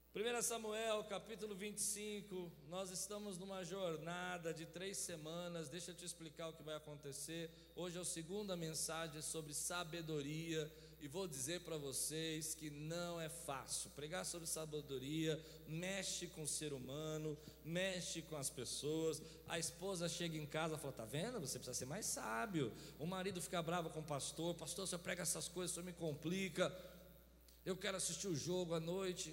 1 Samuel, capítulo 25, nós estamos numa jornada de 3 semanas. Deixa eu te explicar o que vai acontecer. Hoje é a segunda mensagem sobre sabedoria, e vou dizer para vocês que não é fácil. Pregar sobre sabedoria mexe com o ser humano, mexe com as pessoas. A esposa chega em casa e fala: tá vendo? Você precisa ser mais sábio. O marido fica bravo com o pastor: pastor, você prega essas coisas, isso me complica. Eu quero assistir o jogo à noite.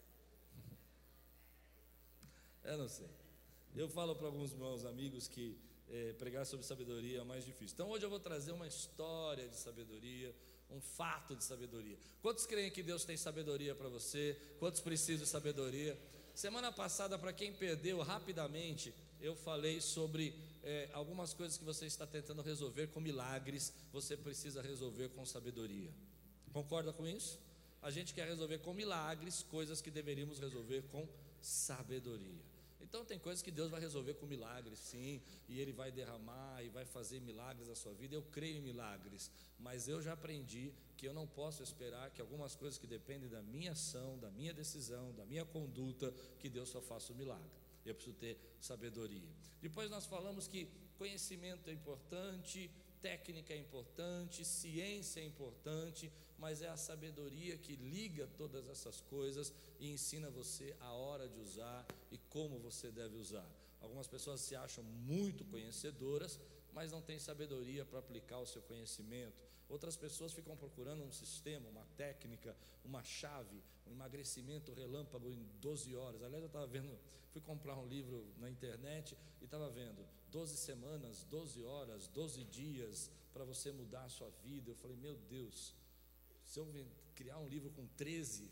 Eu não sei. Eu falo para alguns meus amigos que pregar sobre sabedoria é mais difícil. Então hoje eu vou trazer uma história de sabedoria, um fato de sabedoria. Quantos creem que Deus tem sabedoria para você? Quantos precisam de sabedoria? Semana passada, para quem perdeu, rapidamente, eu falei sobre algumas coisas que você está tentando resolver com milagres. Você precisa resolver com sabedoria. Concorda com isso? A gente quer resolver com milagres coisas que deveríamos resolver com sabedoria. Então tem coisas que Deus vai resolver com milagres, sim, e Ele vai derramar e vai fazer milagres na sua vida. Eu creio em milagres, mas eu já aprendi que eu não posso esperar que algumas coisas que dependem da minha ação, da minha decisão, da minha conduta, que Deus só faça o milagre. Eu preciso ter sabedoria. Depois nós falamos que conhecimento é importante, técnica é importante, ciência é importante, mas é a sabedoria que liga todas essas coisas e ensina você a hora de usar e como você deve usar. Algumas pessoas se acham muito conhecedoras, mas não têm sabedoria para aplicar o seu conhecimento. Outras pessoas ficam procurando um sistema, uma técnica, uma chave, um emagrecimento relâmpago em 12 horas. Aliás, eu estava vendo, fui comprar um livro na internet e estava vendo 12 semanas, 12 horas, 12 dias para você mudar a sua vida. Eu falei: meu Deus, se eu criar um livro com 13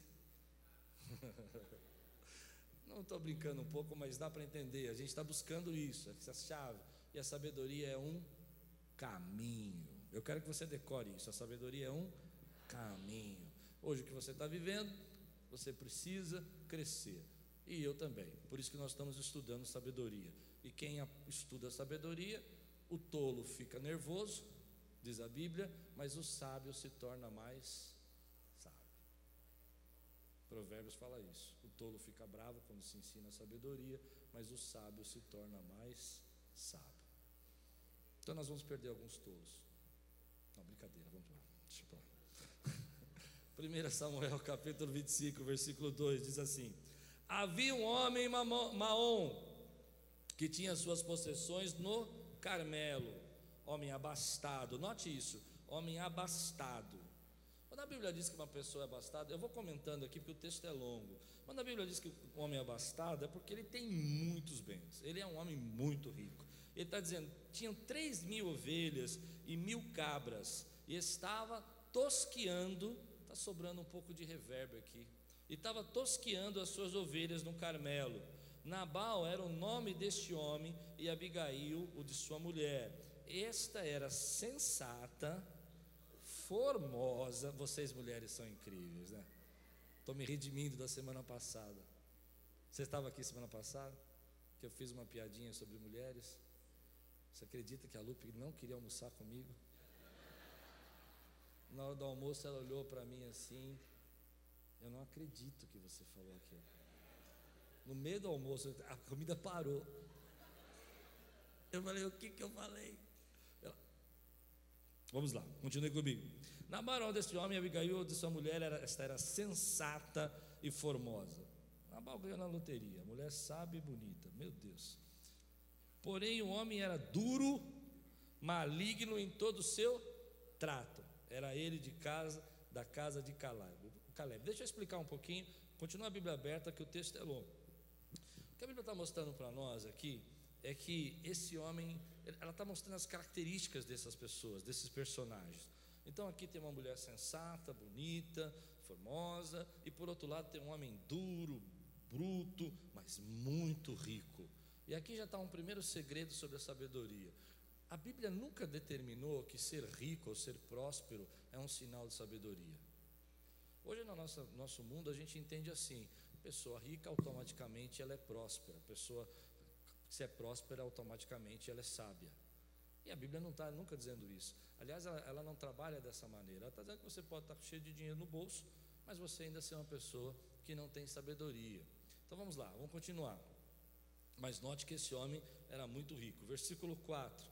não estou brincando um pouco, mas dá para entender. A gente está buscando isso, essa chave. E a sabedoria é um caminho. Eu quero que você decore isso. A sabedoria é um caminho. Hoje o que você está vivendo, você precisa crescer. E eu também. Por isso que nós estamos estudando sabedoria. E quem estuda sabedoria, o tolo fica nervoso, diz a Bíblia, mas o sábio se torna mais sábio. Provérbios fala isso. O tolo fica bravo quando se ensina a sabedoria, mas o sábio se torna mais sábio. Então nós vamos perder alguns tolos. Não, brincadeira, vamos lá. Deixa eu falar. 1 Samuel capítulo 25, versículo 2 diz assim: havia um homem Maom que tinha suas possessões no Carmelo. Homem abastado, note isso, homem abastado. Quando a Bíblia diz que uma pessoa é abastada, eu vou comentando aqui porque o texto é longo. Quando a Bíblia diz que o homem é abastado, é porque ele tem muitos bens. Ele é um homem muito rico. Ele está dizendo: tinham 3.000 ovelhas e 1.000 cabras, e estava tosqueando. Está sobrando um pouco de reverb aqui. E estava tosqueando as suas ovelhas no Carmelo. Nabal era o nome deste homem, e Abigail o de sua mulher. Esta era sensata, formosa. Vocês mulheres são incríveis, né? Estou me redimindo da semana passada. Você estava aqui semana passada? Que eu fiz uma piadinha sobre mulheres. Você acredita que a Lupe não queria almoçar comigo? Na hora do almoço ela olhou para mim assim: eu não acredito que você falou aquilo. No meio do almoço a comida parou. Eu falei: o que eu falei? Vamos lá, continue comigo. Nabal desse homem, Abigail de sua mulher, esta era sensata e formosa. Nabal ganhou na loteria, mulher sábia e bonita, meu Deus. Porém o homem era duro, maligno em todo o seu trato. Era ele da casa de Caleb. Deixa eu explicar um pouquinho. Continua a Bíblia aberta, que o texto é longo. O que a Bíblia está mostrando para nós aqui é que esse homem, ela está mostrando as características dessas pessoas, desses personagens. Então aqui tem uma mulher sensata, bonita, formosa, e por outro lado tem um homem duro, bruto, mas muito rico. E aqui já está um primeiro segredo sobre a sabedoria. A Bíblia nunca determinou que ser rico ou ser próspero é um sinal de sabedoria. Hoje no nosso mundo a gente entende assim: pessoa rica automaticamente ela é próspera, pessoa se é próspera automaticamente ela é sábia. E a Bíblia não está nunca dizendo isso. Aliás, ela não trabalha dessa maneira. Ela está dizendo que você pode estar cheio de dinheiro no bolso, mas você ainda ser uma pessoa que não tem sabedoria. Então vamos lá, vamos continuar. Mas note que esse homem era muito rico. Versículo 4: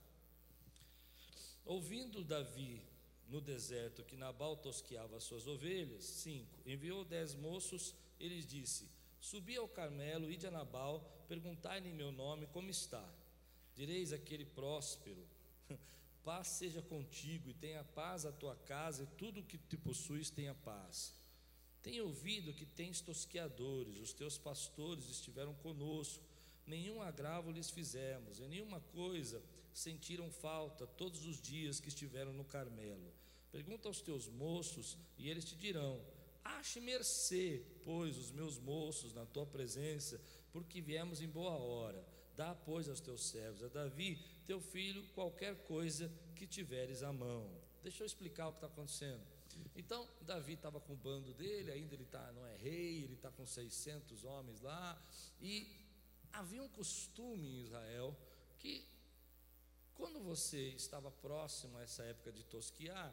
ouvindo Davi no deserto que Nabal tosqueava as suas ovelhas, 5, enviou 10 moços e lhes disse: subi ao Carmelo, ide a Nabal, perguntai-lhe em meu nome como está. Direis àquele próspero: paz seja contigo, e tenha paz a tua casa, e tudo o que te possuis tenha paz. Tenho ouvido que tens tosqueadores, os teus pastores estiveram conosco, nenhum agravo lhes fizemos, em nenhuma coisa sentiram falta todos os dias que estiveram no Carmelo. Pergunta aos teus moços, e eles te dirão: ache mercê, pois, os meus moços na tua presença, porque viemos em boa hora. Dá, pois, aos teus servos, a Davi, teu filho, qualquer coisa que tiveres à mão. Deixa eu explicar o que está acontecendo. Então, Davi estava com o bando dele, ainda ele não é rei, ele está com 600 homens lá, e havia um costume em Israel, que quando você estava próximo a essa época de tosquear,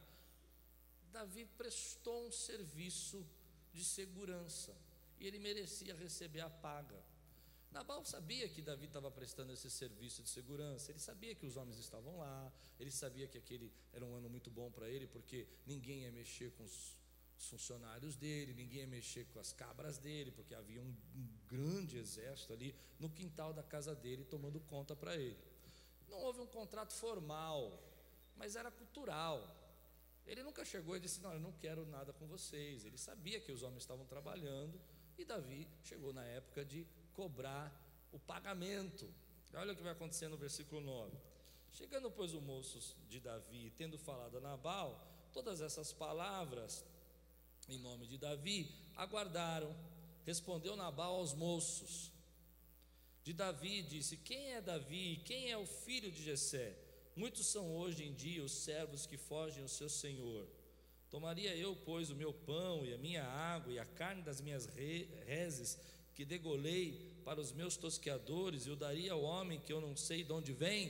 Davi prestou um serviço de segurança, e ele merecia receber a paga. Nabal sabia que Davi estava prestando esse serviço de segurança, ele sabia que os homens estavam lá, ele sabia que aquele era um ano muito bom para ele, porque ninguém ia mexer com os funcionários dele, ninguém ia mexer com as cabras dele, porque havia um grande exército ali no quintal da casa dele, tomando conta para ele. Não houve um contrato formal, mas era cultural. Ele nunca chegou e disse: não, eu não quero nada com vocês. Ele sabia que os homens estavam trabalhando, e Davi chegou na época de cobrar o pagamento. Olha o que vai acontecer no versículo 9: chegando, pois, os moços de Davi, tendo falado a Nabal todas essas palavras em nome de Davi, aguardaram. Respondeu Nabal aos moços de Davi, disse: quem é Davi? Quem é o filho de Jessé? Muitos são hoje em dia os servos que fogem ao seu senhor. Tomaria eu, pois, o meu pão e a minha água e a carne das minhas reses que degolei para os meus tosqueadores, e o daria ao homem que eu não sei de onde vem?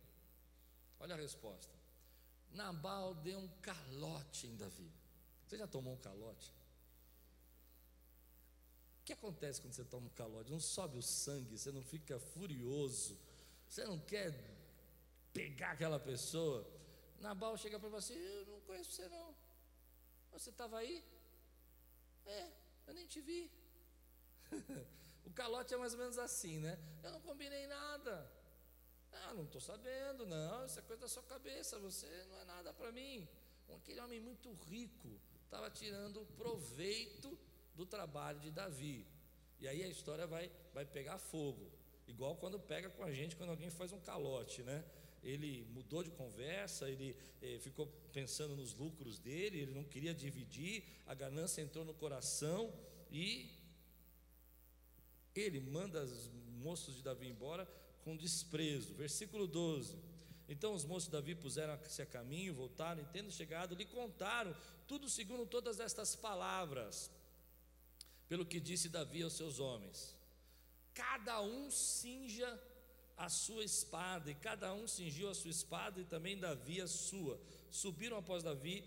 Olha a resposta. Nabal deu um calote em Davi. Você já tomou um calote? O que acontece quando você toma um calote? Não sobe o sangue, você não fica furioso, você não quer pegar aquela pessoa. Nabal chega para você: eu não conheço você não. Você estava aí? Eu nem te vi. O calote é mais ou menos assim, né? Eu não combinei nada. Não estou sabendo, não, isso é coisa da sua cabeça, você não é nada para mim. Aquele homem muito rico estava tirando proveito do trabalho de Davi. E aí a história vai pegar fogo, igual quando pega com a gente, quando alguém faz um calote, né? Ele mudou de conversa, ele ficou pensando nos lucros dele, ele não queria dividir, a ganância entrou no coração, e ele manda os moços de Davi embora com desprezo. Versículo 12: então os moços de Davi puseram-se a caminho, voltaram, e tendo chegado, lhe contaram tudo segundo todas estas palavras, pelo que disse Davi aos seus homens: cada um cinja a sua espada. E cada um cingiu a sua espada, e também Davi a sua. Subiram após Davi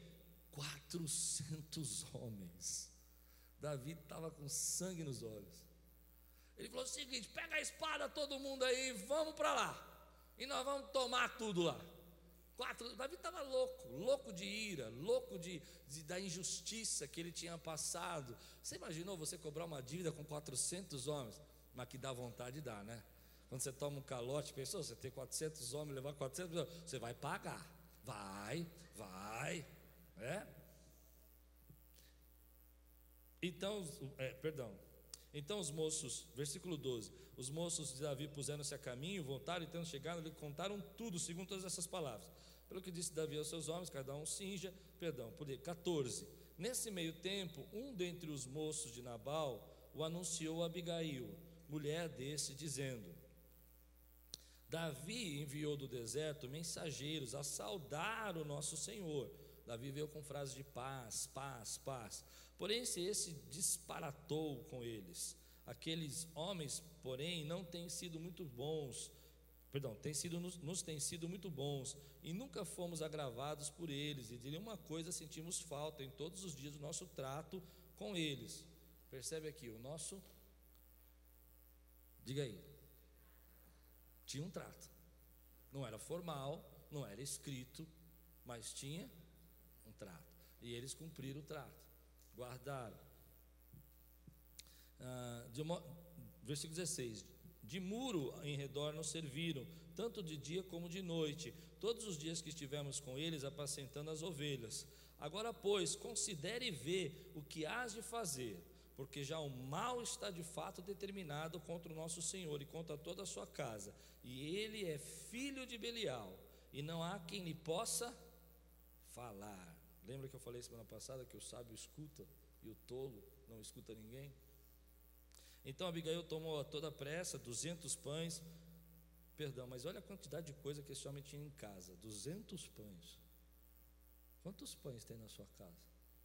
400 homens. Davi estava com sangue nos olhos. Ele falou o seguinte: pega a espada todo mundo aí, vamos para lá, e nós vamos tomar tudo lá. Davi estava louco de ira, louco da injustiça que ele tinha passado. Você imaginou você cobrar uma dívida com 400 homens? Mas que dá vontade de dar, né? Quando você toma um calote, pensou, você ter 400 homens, levar 400 homens, você vai pagar, vai, Então os moços, versículo 12: os moços de Davi puseram-se a caminho, voltaram, e tendo chegado, lhe contaram tudo, segundo todas essas palavras. Pelo que disse Davi aos seus homens, cada um cinja, por 14. Nesse meio tempo, um dentre os moços de Nabal o anunciou a Abigail, mulher desse, dizendo: Davi enviou do deserto mensageiros a saudar o nosso Senhor. Davi veio com frases de paz, paz, paz. Porém, se esse disparatou com eles, aqueles homens, porém, não têm sido muito bons, nos têm sido muito bons, e nunca fomos agravados por eles, e de nenhuma coisa sentimos falta em todos os dias do nosso trato com eles. Percebe aqui, o nosso, diga aí, tinha um trato. Não era formal, não era escrito, mas tinha um trato. E eles cumpriram o trato, guardaram. Versículo 16: de muro em redor nos serviram, tanto de dia como de noite, todos os dias que estivemos com eles apacentando as ovelhas. Agora, pois, considere e vê o que hás de fazer, porque já o mal está de fato determinado contra o nosso Senhor e contra toda a sua casa, e ele é filho de Belial, e não há quem lhe possa falar. Lembra que eu falei semana passada que o sábio escuta e o tolo não escuta ninguém? Então Abigail tomou a toda pressa 200 pães, mas olha a quantidade de coisa que esse homem tinha em casa, 200 pães. Quantos pães tem na sua casa?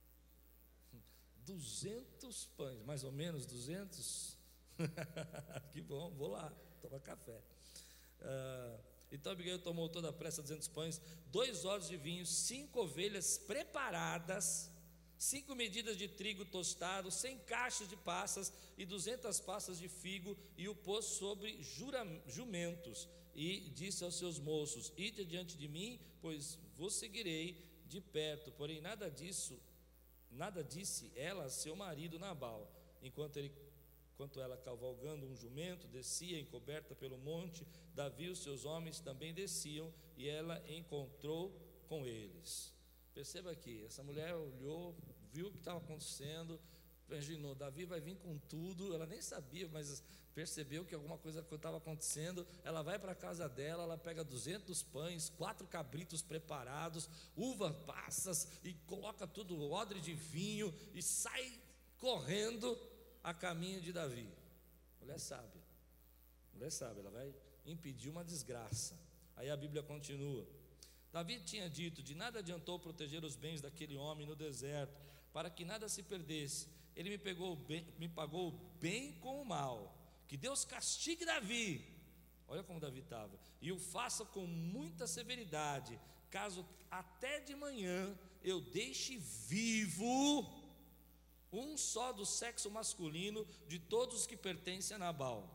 200 pães, mais ou menos 200? Que bom, vou lá tomar café. Então Abigail tomou toda a pressa 200 pães, 2 odres de vinho, 5 ovelhas preparadas, 5 medidas de trigo tostado, 100 caixas de passas e 200 passas de figo, e o pôs sobre jumentos, e disse aos seus moços: ide adiante de mim, pois vos seguirei de perto. Porém nada disse ela a seu marido Nabal, enquanto ela, cavalgando um jumento, descia encoberta pelo monte. Davi e os seus homens também desciam, e ela encontrou com eles. Perceba aqui, essa mulher olhou, viu o que estava acontecendo, imaginou, Davi vai vir com tudo. Ela nem sabia, mas percebeu que alguma coisa estava acontecendo. Ela vai para a casa dela, ela pega 200 pães, 4 cabritos preparados, uvas passas, e coloca tudo, odre de vinho, e sai correndo a caminho de Davi. Mulher sábia, ela vai impedir uma desgraça. Aí a Bíblia continua: Davi tinha dito: de nada adiantou proteger os bens daquele homem no deserto, para que nada se perdesse. Ele me pagou bem com o mal. Que Deus castigue Davi. Olha como Davi estava, e o faça com muita severidade, caso até de manhã eu deixe vivo um só do sexo masculino de todos os que pertencem a Nabal.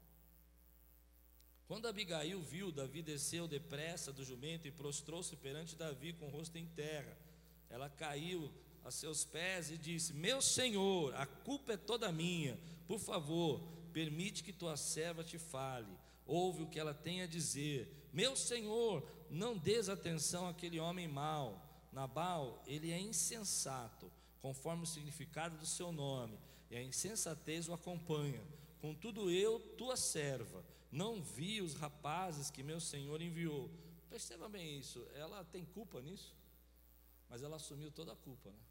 Quando Abigail viu, Davi desceu depressa do jumento e prostrou-se perante Davi com o rosto em terra. Ela caiu a seus pés e disse: meu senhor, a culpa é toda minha. Por favor, permite que tua serva te fale. Ouve o que ela tem a dizer. Meu senhor, não des atenção àquele homem mau. Nabal, ele é insensato, conforme o significado do seu nome, e a insensatez o acompanha. Contudo eu, tua serva, não vi os rapazes que meu senhor enviou. Perceba bem isso, ela tem culpa nisso, mas ela assumiu toda a culpa, né?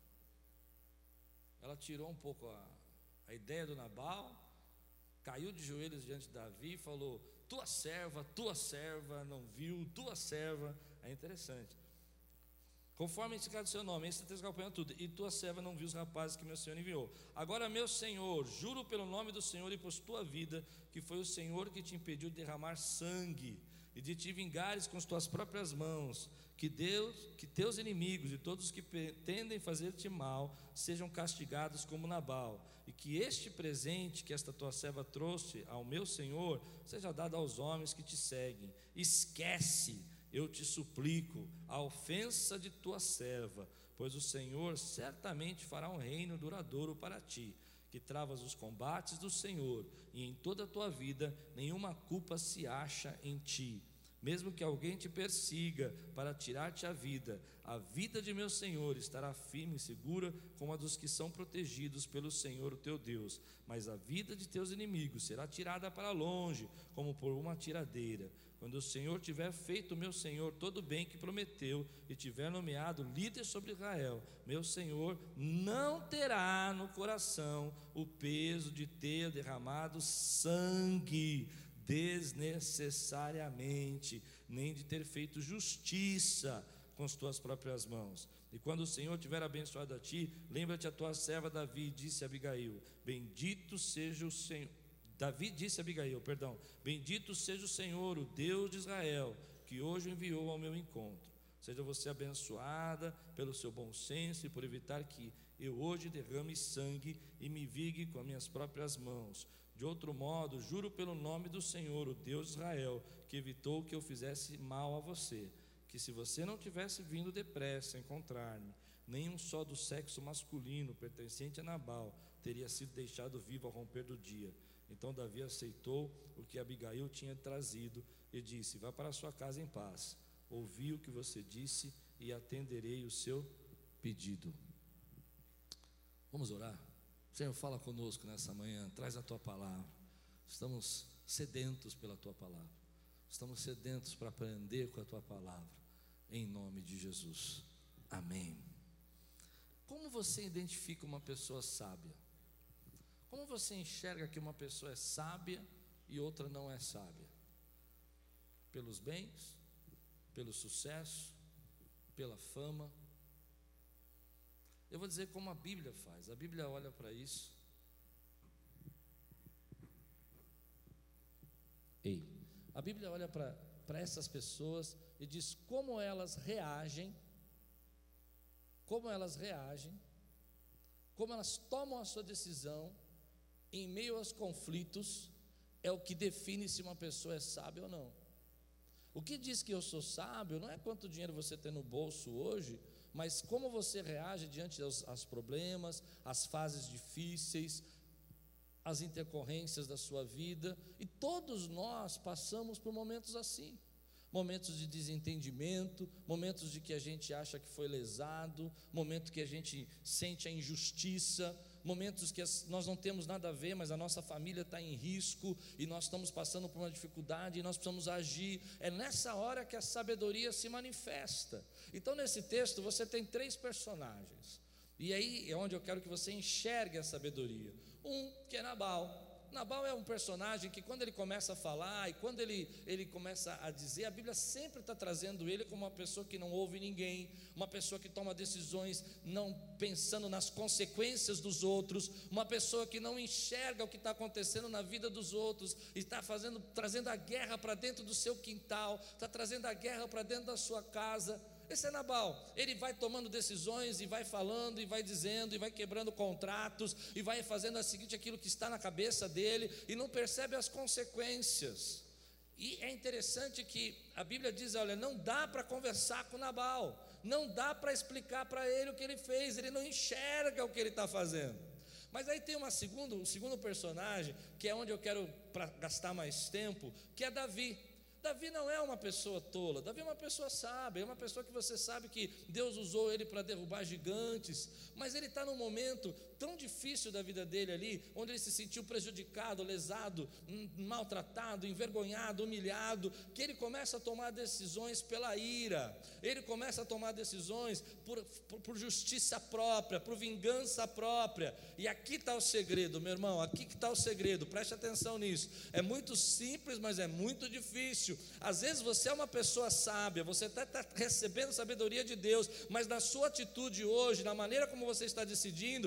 Ela tirou um pouco a ideia do Nabal, caiu de joelhos diante de Davi e falou: tua serva não viu, tua serva. É interessante. Conforme indicado o seu nome, esse está acompanhando tudo. E tua serva não viu os rapazes que meu senhor enviou. Agora, meu senhor, juro pelo nome do Senhor e por tua vida, que foi o Senhor que te impediu de derramar sangue e de te vingares com as tuas próprias mãos. Que teus inimigos e todos os que pretendem fazer-te mal sejam castigados como Nabal, e que este presente que esta tua serva trouxe ao meu senhor seja dado aos homens que te seguem. Esquece, eu te suplico, a ofensa de tua serva, pois o Senhor certamente fará um reino duradouro para ti, que travas os combates do Senhor, e em toda a tua vida nenhuma culpa se acha em ti. Mesmo que alguém te persiga para tirar-te a vida de meu Senhor estará firme e segura como a dos que são protegidos pelo Senhor o teu Deus. Mas a vida de teus inimigos será tirada para longe, como por uma tiradeira. Quando o Senhor tiver feito, meu Senhor, todo o bem que prometeu, e tiver nomeado líder sobre Israel, meu Senhor não terá no coração o peso de ter derramado sangue desnecessariamente, nem de ter feito justiça com as tuas próprias mãos. E quando o Senhor tiver abençoado a ti, lembra-te a tua serva Davi, disse a Abigail: bendito seja o Senhor. Davi disse a Abigail, bendito seja o Senhor, o Deus de Israel, que hoje enviou ao meu encontro. Seja você abençoada pelo seu bom senso e por evitar que eu hoje derrame sangue e me vigue com as minhas próprias mãos. De outro modo, juro pelo nome do Senhor, o Deus de Israel, que evitou que eu fizesse mal a você, que se você não tivesse vindo depressa encontrar-me, nenhum só do sexo masculino pertencente a Nabal teria sido deixado vivo ao romper do dia. Então Davi aceitou o que Abigail tinha trazido e disse: vá para a sua casa em paz. Ouvi o que você disse e atenderei o seu pedido. Vamos orar? Senhor, fala conosco nessa manhã, traz a tua palavra. Estamos sedentos pela tua palavra, estamos sedentos para aprender com a tua palavra, em nome de Jesus, amém. Como você identifica uma pessoa sábia? Como você enxerga que uma pessoa é sábia e outra não é sábia? Pelos bens? Pelo sucesso? Pela fama? Eu vou dizer como a Bíblia faz. A Bíblia olha para isso. A Bíblia olha para essas pessoas e diz como elas reagem, como elas tomam a sua decisão em meio aos conflitos, é o que define se uma pessoa é sábia ou não. O que diz que eu sou sábio não é quanto dinheiro você tem no bolso hoje, mas como você reage diante aos problemas, às fases difíceis, às intercorrências da sua vida. E todos nós passamos por momentos assim, momentos de desentendimento, momentos de que a gente acha que foi lesado, momentos que a gente sente a injustiça, momentos que nós não temos nada a ver, mas a nossa família está em risco e nós estamos passando por uma dificuldade e nós precisamos agir. É nessa hora que a sabedoria se manifesta. Então nesse texto você tem 3 personagens, e aí é onde eu quero que você enxergue a sabedoria. Um que é Nabal. Nabal é um personagem que quando ele começa a falar e quando ele começa a dizer, a Bíblia sempre está trazendo ele como uma pessoa que não ouve ninguém, uma pessoa que toma decisões não pensando nas consequências dos outros, uma pessoa que não enxerga o que está acontecendo na vida dos outros, e está trazendo a guerra para dentro do seu quintal, está trazendo a guerra para dentro da sua casa. Esse é Nabal. Ele vai tomando decisões e vai falando e vai dizendo e vai quebrando contratos e vai fazendo aquilo que está na cabeça dele e não percebe as consequências. E é interessante que a Bíblia diz: olha, não dá para conversar com Nabal, não dá para explicar para ele o que ele fez, ele não enxerga o que ele está fazendo. Mas aí tem um segundo personagem, que é onde eu quero gastar mais tempo, que é Davi. Davi não é uma pessoa tola, Davi é uma pessoa sábia, é uma pessoa que você sabe que Deus usou ele para derrubar gigantes, mas ele está num momento tão difícil da vida dele ali, onde ele se sentiu prejudicado, lesado, maltratado, envergonhado, humilhado, que ele começa a tomar decisões pela ira, ele começa a tomar decisões por justiça própria, por vingança própria. E aqui está o segredo, meu irmão, aqui que está o segredo, preste atenção nisso. É muito simples, mas é muito difícil. Às vezes você é uma pessoa sábia, você está recebendo sabedoria de Deus, mas na sua atitude hoje, na maneira como você está decidindo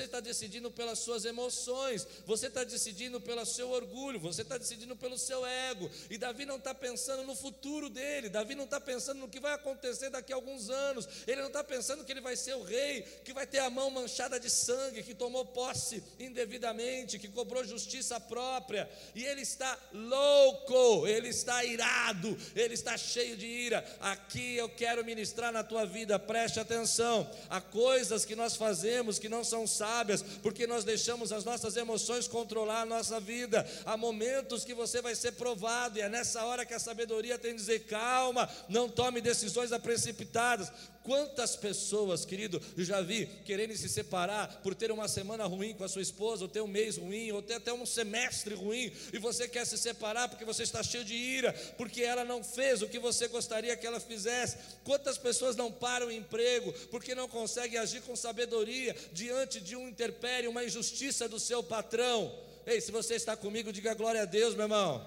pelas suas emoções, você está decidindo pelo seu orgulho, você está decidindo pelo seu ego. E Davi não está pensando no futuro dele, Davi não está pensando no que vai acontecer daqui a alguns anos, ele não está pensando que ele vai ser o rei, que vai ter a mão manchada de sangue, que tomou posse indevidamente, que cobrou justiça própria, e ele está louco, ele está irado, ele está cheio de ira. Aqui eu quero ministrar na tua vida, preste atenção. Há coisas que nós fazemos que não são sábias, porque nós deixamos as nossas emoções controlar a nossa vida. Há momentos que você vai ser provado, e é nessa hora que a sabedoria tem que dizer: calma, não tome decisões precipitadas. Quantas pessoas, querido, eu já vi querendo se separar por ter uma semana ruim com a sua esposa, ou ter um mês ruim, ou ter até um semestre ruim, e você quer se separar porque você está cheio de ira, porque ela não fez o que você gostaria que ela fizesse. Quantas pessoas não param o emprego porque não conseguem agir com sabedoria diante de um interpério, uma injustiça do seu patrão? Ei, se você está comigo, diga glória a Deus, meu irmão.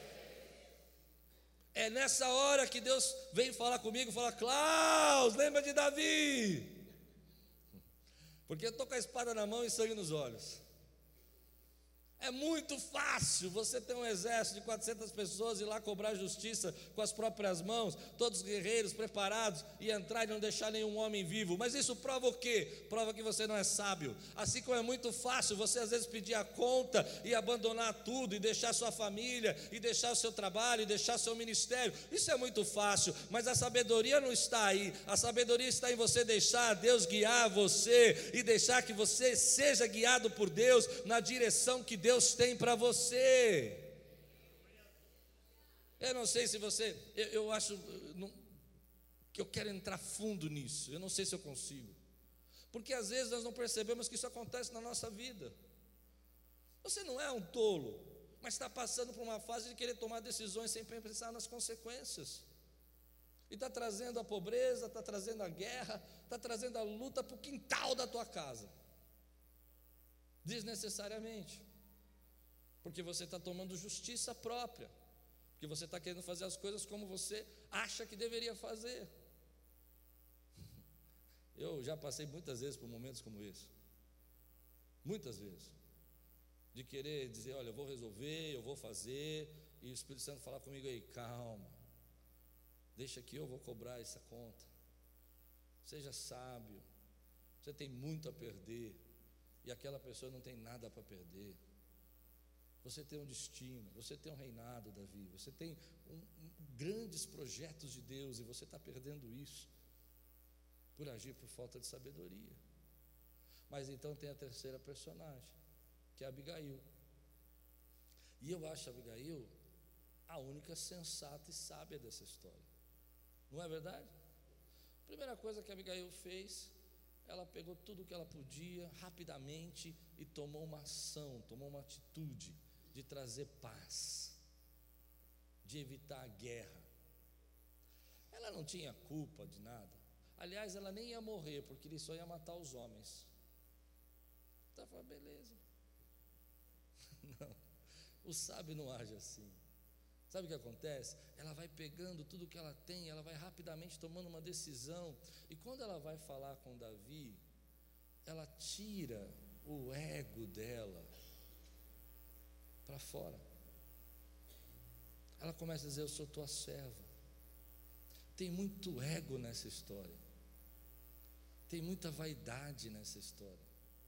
É nessa hora que Deus vem falar comigo, fala: Klaus, lembra de Davi? Porque eu estou com a espada na mão e sangue nos olhos. É muito fácil você ter um exército de 400 pessoas e ir lá cobrar justiça com as próprias mãos, todos guerreiros preparados, e entrar e não deixar nenhum homem vivo. Mas isso prova o quê? Prova que você não é sábio. Assim como é muito fácil você às vezes pedir a conta e abandonar tudo, e deixar sua família, e deixar o seu trabalho, e deixar seu ministério. Isso é muito fácil, mas a sabedoria não está aí. A sabedoria está em você deixar Deus guiar você, e deixar que você seja guiado por Deus na direção que Deus tem para você. Eu não sei se você, eu acho que eu quero entrar fundo nisso. Eu não sei se eu consigo, porque às vezes nós não percebemos que isso acontece na nossa vida. Você não é um tolo, mas está passando por uma fase de querer tomar decisões sem pensar nas consequências, e está trazendo a pobreza, está trazendo a guerra, está trazendo a luta para o quintal da tua casa, desnecessariamente, porque você está tomando justiça própria, porque você está querendo fazer as coisas como você acha que deveria fazer. Eu já passei muitas vezes por momentos como esse, muitas vezes, de querer dizer, olha, eu vou resolver, eu vou fazer, e o Espírito Santo falar comigo aí, calma, deixa que eu vou cobrar essa conta, seja sábio, você tem muito a perder, e aquela pessoa não tem nada para perder. Você tem um destino, você tem um reinado, Davi, você tem grandes projetos de Deus, e você está perdendo isso por agir por falta de sabedoria. Mas então tem a terceira personagem, que é Abigail, e eu acho Abigail a única sensata e sábia dessa história, não é verdade? A primeira coisa que Abigail fez, ela pegou tudo o que ela podia rapidamente e tomou uma ação, tomou uma atitude de trazer paz, de evitar a guerra. Ela não tinha culpa de nada. Aliás, ela nem ia morrer, porque ele só ia matar os homens. Então ela falou, beleza. Não, o sábio não age assim. Sabe o que acontece? Ela vai pegando tudo que ela tem, ela vai rapidamente tomando uma decisão, e quando ela vai falar com Davi, ela tira o ego dela para fora. Ela começa a dizer, eu sou tua serva. Tem muito ego nessa história, tem muita vaidade nessa história.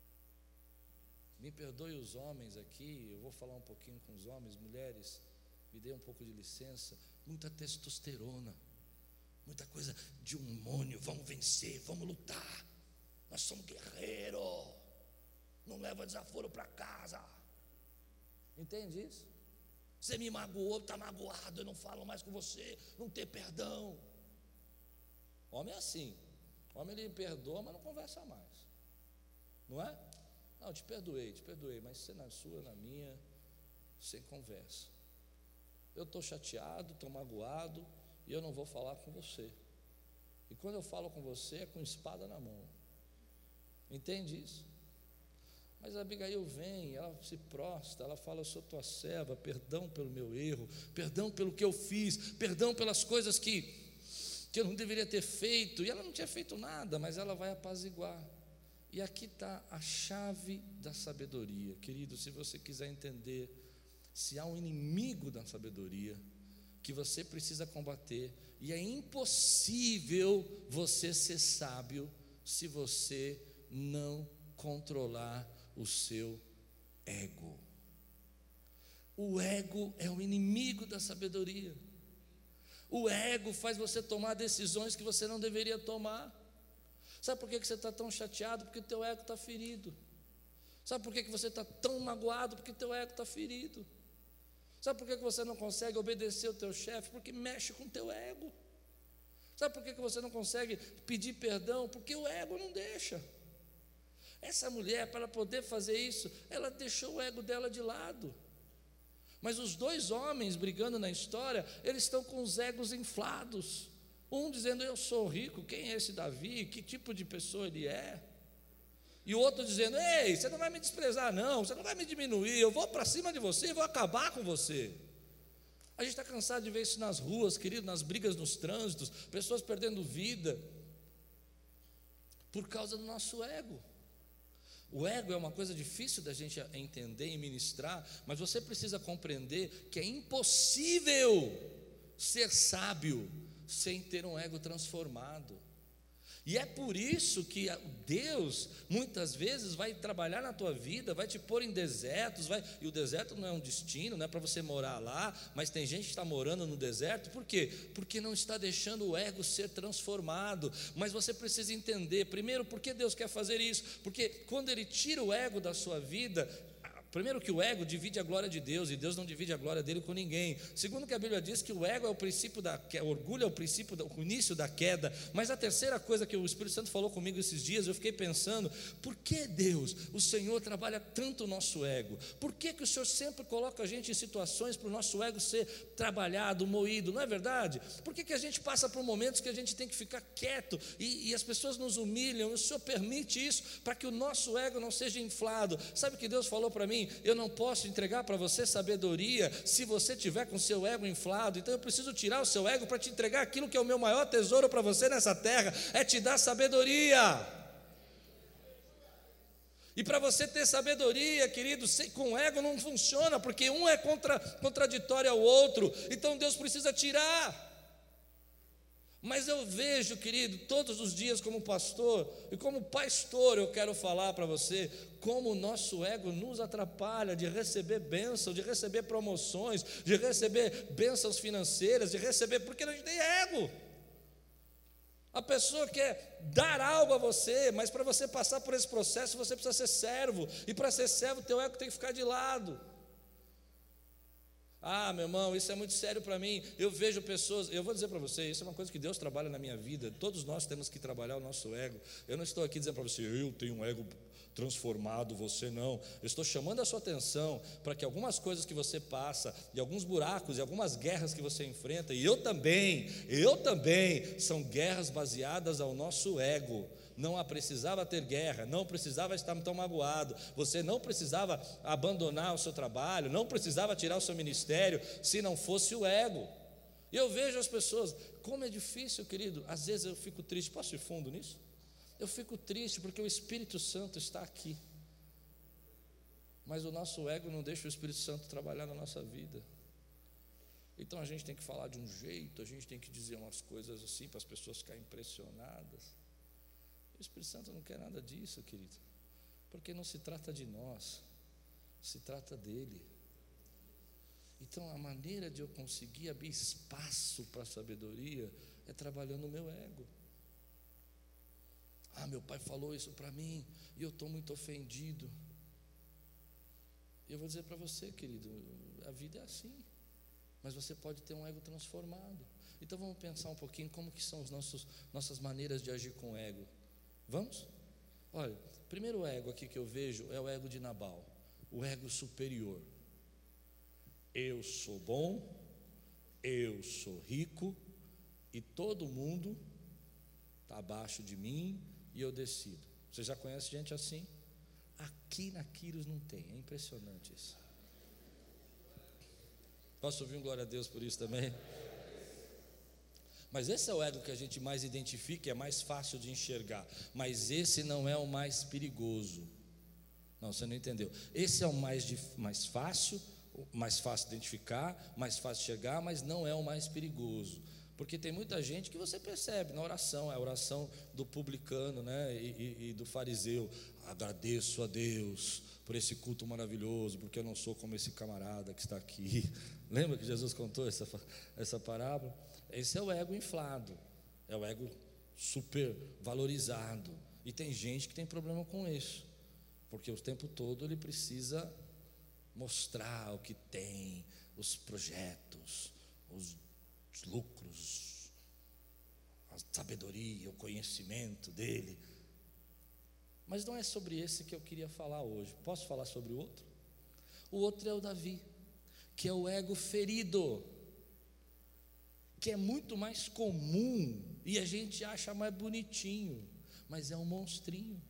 Me perdoe os homens aqui, eu vou falar um pouquinho com os homens, mulheres, me dê um pouco de licença. Muita testosterona, muita coisa de hormônio, vamos vencer, vamos lutar, nós somos guerreiros, não leva desaforo para casa. Entende isso? Você me magoou, está magoado, eu não falo mais com você, não tem perdão. Homem é assim, homem ele perdoa, mas não conversa mais, não é? Não, te perdoei, mas você na sua, na minha, sem conversa. Eu estou chateado, estou magoado, e eu não vou falar com você. E quando eu falo com você, é com espada na mão. Entende isso? Mas a Abigail vem, ela se prostra, ela fala, eu sou tua serva, perdão pelo meu erro, perdão pelo que eu fiz, perdão pelas coisas que eu não deveria ter feito. E ela não tinha feito nada, mas ela vai apaziguar. E aqui está a chave da sabedoria. Querido, se você quiser entender se há um inimigo da sabedoria que você precisa combater, e é impossível você ser sábio se você não controlar o seu ego. O ego é o inimigo da sabedoria. O ego faz você tomar decisões que você não deveria tomar. Sabe por que você está tão chateado? Porque o teu ego está ferido. Sabe por que você está tão magoado? Porque o teu ego está ferido. Sabe por que você não consegue obedecer o teu chefe? Porque mexe com o teu ego. Sabe por que você não consegue pedir perdão? Porque o ego não deixa. Essa mulher, para poder fazer isso, ela deixou o ego dela de lado. Mas os dois homens brigando na história, eles estão com os egos inflados. Um dizendo, eu sou rico, quem é esse Davi? Que tipo de pessoa ele é? E o outro dizendo, ei, você não vai me desprezar não, você não vai me diminuir, eu vou para cima de você e vou acabar com você. A gente está cansado de ver isso nas ruas, querido, nas brigas nos trânsitos, pessoas perdendo vida por causa do nosso ego. O ego é uma coisa difícil da gente entender e ministrar, mas você precisa compreender que é impossível ser sábio sem ter um ego transformado. E é por isso que Deus muitas vezes vai trabalhar na tua vida, vai te pôr em desertos, e o deserto não é um destino, não é para você morar lá, mas tem gente que está morando no deserto. Por quê? Porque não está deixando o ego ser transformado. Mas você precisa entender, primeiro, por que Deus quer fazer isso? Porque quando Ele tira o ego da sua vida, primeiro que o ego divide a glória de Deus, e Deus não divide a glória dele com ninguém. Segundo que a Bíblia diz que o ego é o princípio o orgulho é o princípio, o início da queda. Mas a terceira coisa que o Espírito Santo falou comigo esses dias, eu fiquei pensando, por que Deus, o Senhor trabalha tanto o nosso ego? Por que o Senhor sempre coloca a gente em situações para o nosso ego ser trabalhado, moído, não é verdade? Por que a gente passa por momentos que a gente tem que ficar quieto, e as pessoas nos humilham? O Senhor permite isso para que o nosso ego não seja inflado. Sabe o que Deus falou para mim? Eu não posso entregar para você sabedoria se você tiver com seu ego inflado. Então eu preciso tirar o seu ego para te entregar aquilo que é o meu maior tesouro para você nessa terra, é te dar sabedoria. E para você ter sabedoria, querido, com ego não funciona, porque um é contraditório ao outro. Então Deus precisa tirar. Mas eu vejo, querido, todos os dias como pastor, e como pastor eu quero falar para você, como o nosso ego nos atrapalha de receber bênção, de receber promoções, de receber bênçãos financeiras, de receber, porque a gente tem ego. A pessoa quer dar algo a você, mas para você passar por esse processo, você precisa ser servo, e para ser servo, teu ego tem que ficar de lado. Ah, meu irmão, isso é muito sério para mim. Eu vejo pessoas, eu vou dizer para você, isso é uma coisa que Deus trabalha na minha vida. Todos nós temos que trabalhar o nosso ego. Eu não estou aqui dizendo para você, eu tenho um ego transformado, você não. Eu estou chamando a sua atenção para que algumas coisas que você passa, e alguns buracos, e algumas guerras que você enfrenta, e eu também, são guerras baseadas ao nosso ego. Não precisava ter guerra, não precisava estar tão magoado, você não precisava abandonar o seu trabalho, não precisava tirar o seu ministério, se não fosse o ego. E eu vejo as pessoas, como é difícil, querido. Às vezes eu fico triste, posso ir fundo nisso? Eu fico triste porque o Espírito Santo está aqui, mas o nosso ego não deixa o Espírito Santo trabalhar na nossa vida. Então a gente tem que falar de um jeito, a gente tem que dizer umas coisas assim para as pessoas ficarem impressionadas. O Espírito Santo não quer nada disso, querido, porque não se trata de nós, se trata dele. Então a maneira de eu conseguir abrir espaço para a sabedoria é trabalhando o meu ego. Ah, meu pai falou isso para mim e eu estou muito ofendido. E eu vou dizer para você, querido, a vida é assim, mas você pode ter um ego transformado. Então vamos pensar um pouquinho como que são as nossas maneiras de agir com o ego. Vamos? Olha, o primeiro ego aqui que eu vejo é o ego de Nabal, o ego superior. Eu sou bom, eu sou rico, e todo mundo está abaixo de mim e eu decido. Você já conhece gente assim? Aqui na Quiros não tem, é impressionante isso. Posso ouvir um glória a Deus por isso também? Mas esse é o ego que a gente mais identifica, é mais fácil de enxergar. Mas esse não é o mais perigoso. Não, você não entendeu. Esse é o mais fácil de identificar, mais fácil de enxergar, mas não é o mais perigoso. Porque tem muita gente que você percebe na oração, é a oração do publicano, né, e do fariseu. Agradeço a Deus por esse culto maravilhoso, porque eu não sou como esse camarada que está aqui. Lembra que Jesus contou essa parábola? Esse é o ego inflado, é o ego super valorizado. E tem gente que tem problema com isso, porque o tempo todo ele precisa mostrar o que tem, os projetos, os lucros, a sabedoria, o conhecimento dele. Mas não é sobre esse que eu queria falar hoje. Posso falar sobre o outro? O outro é o Davi, que é o ego ferido, que é muito mais comum e a gente acha mais bonitinho, mas é um monstrinho.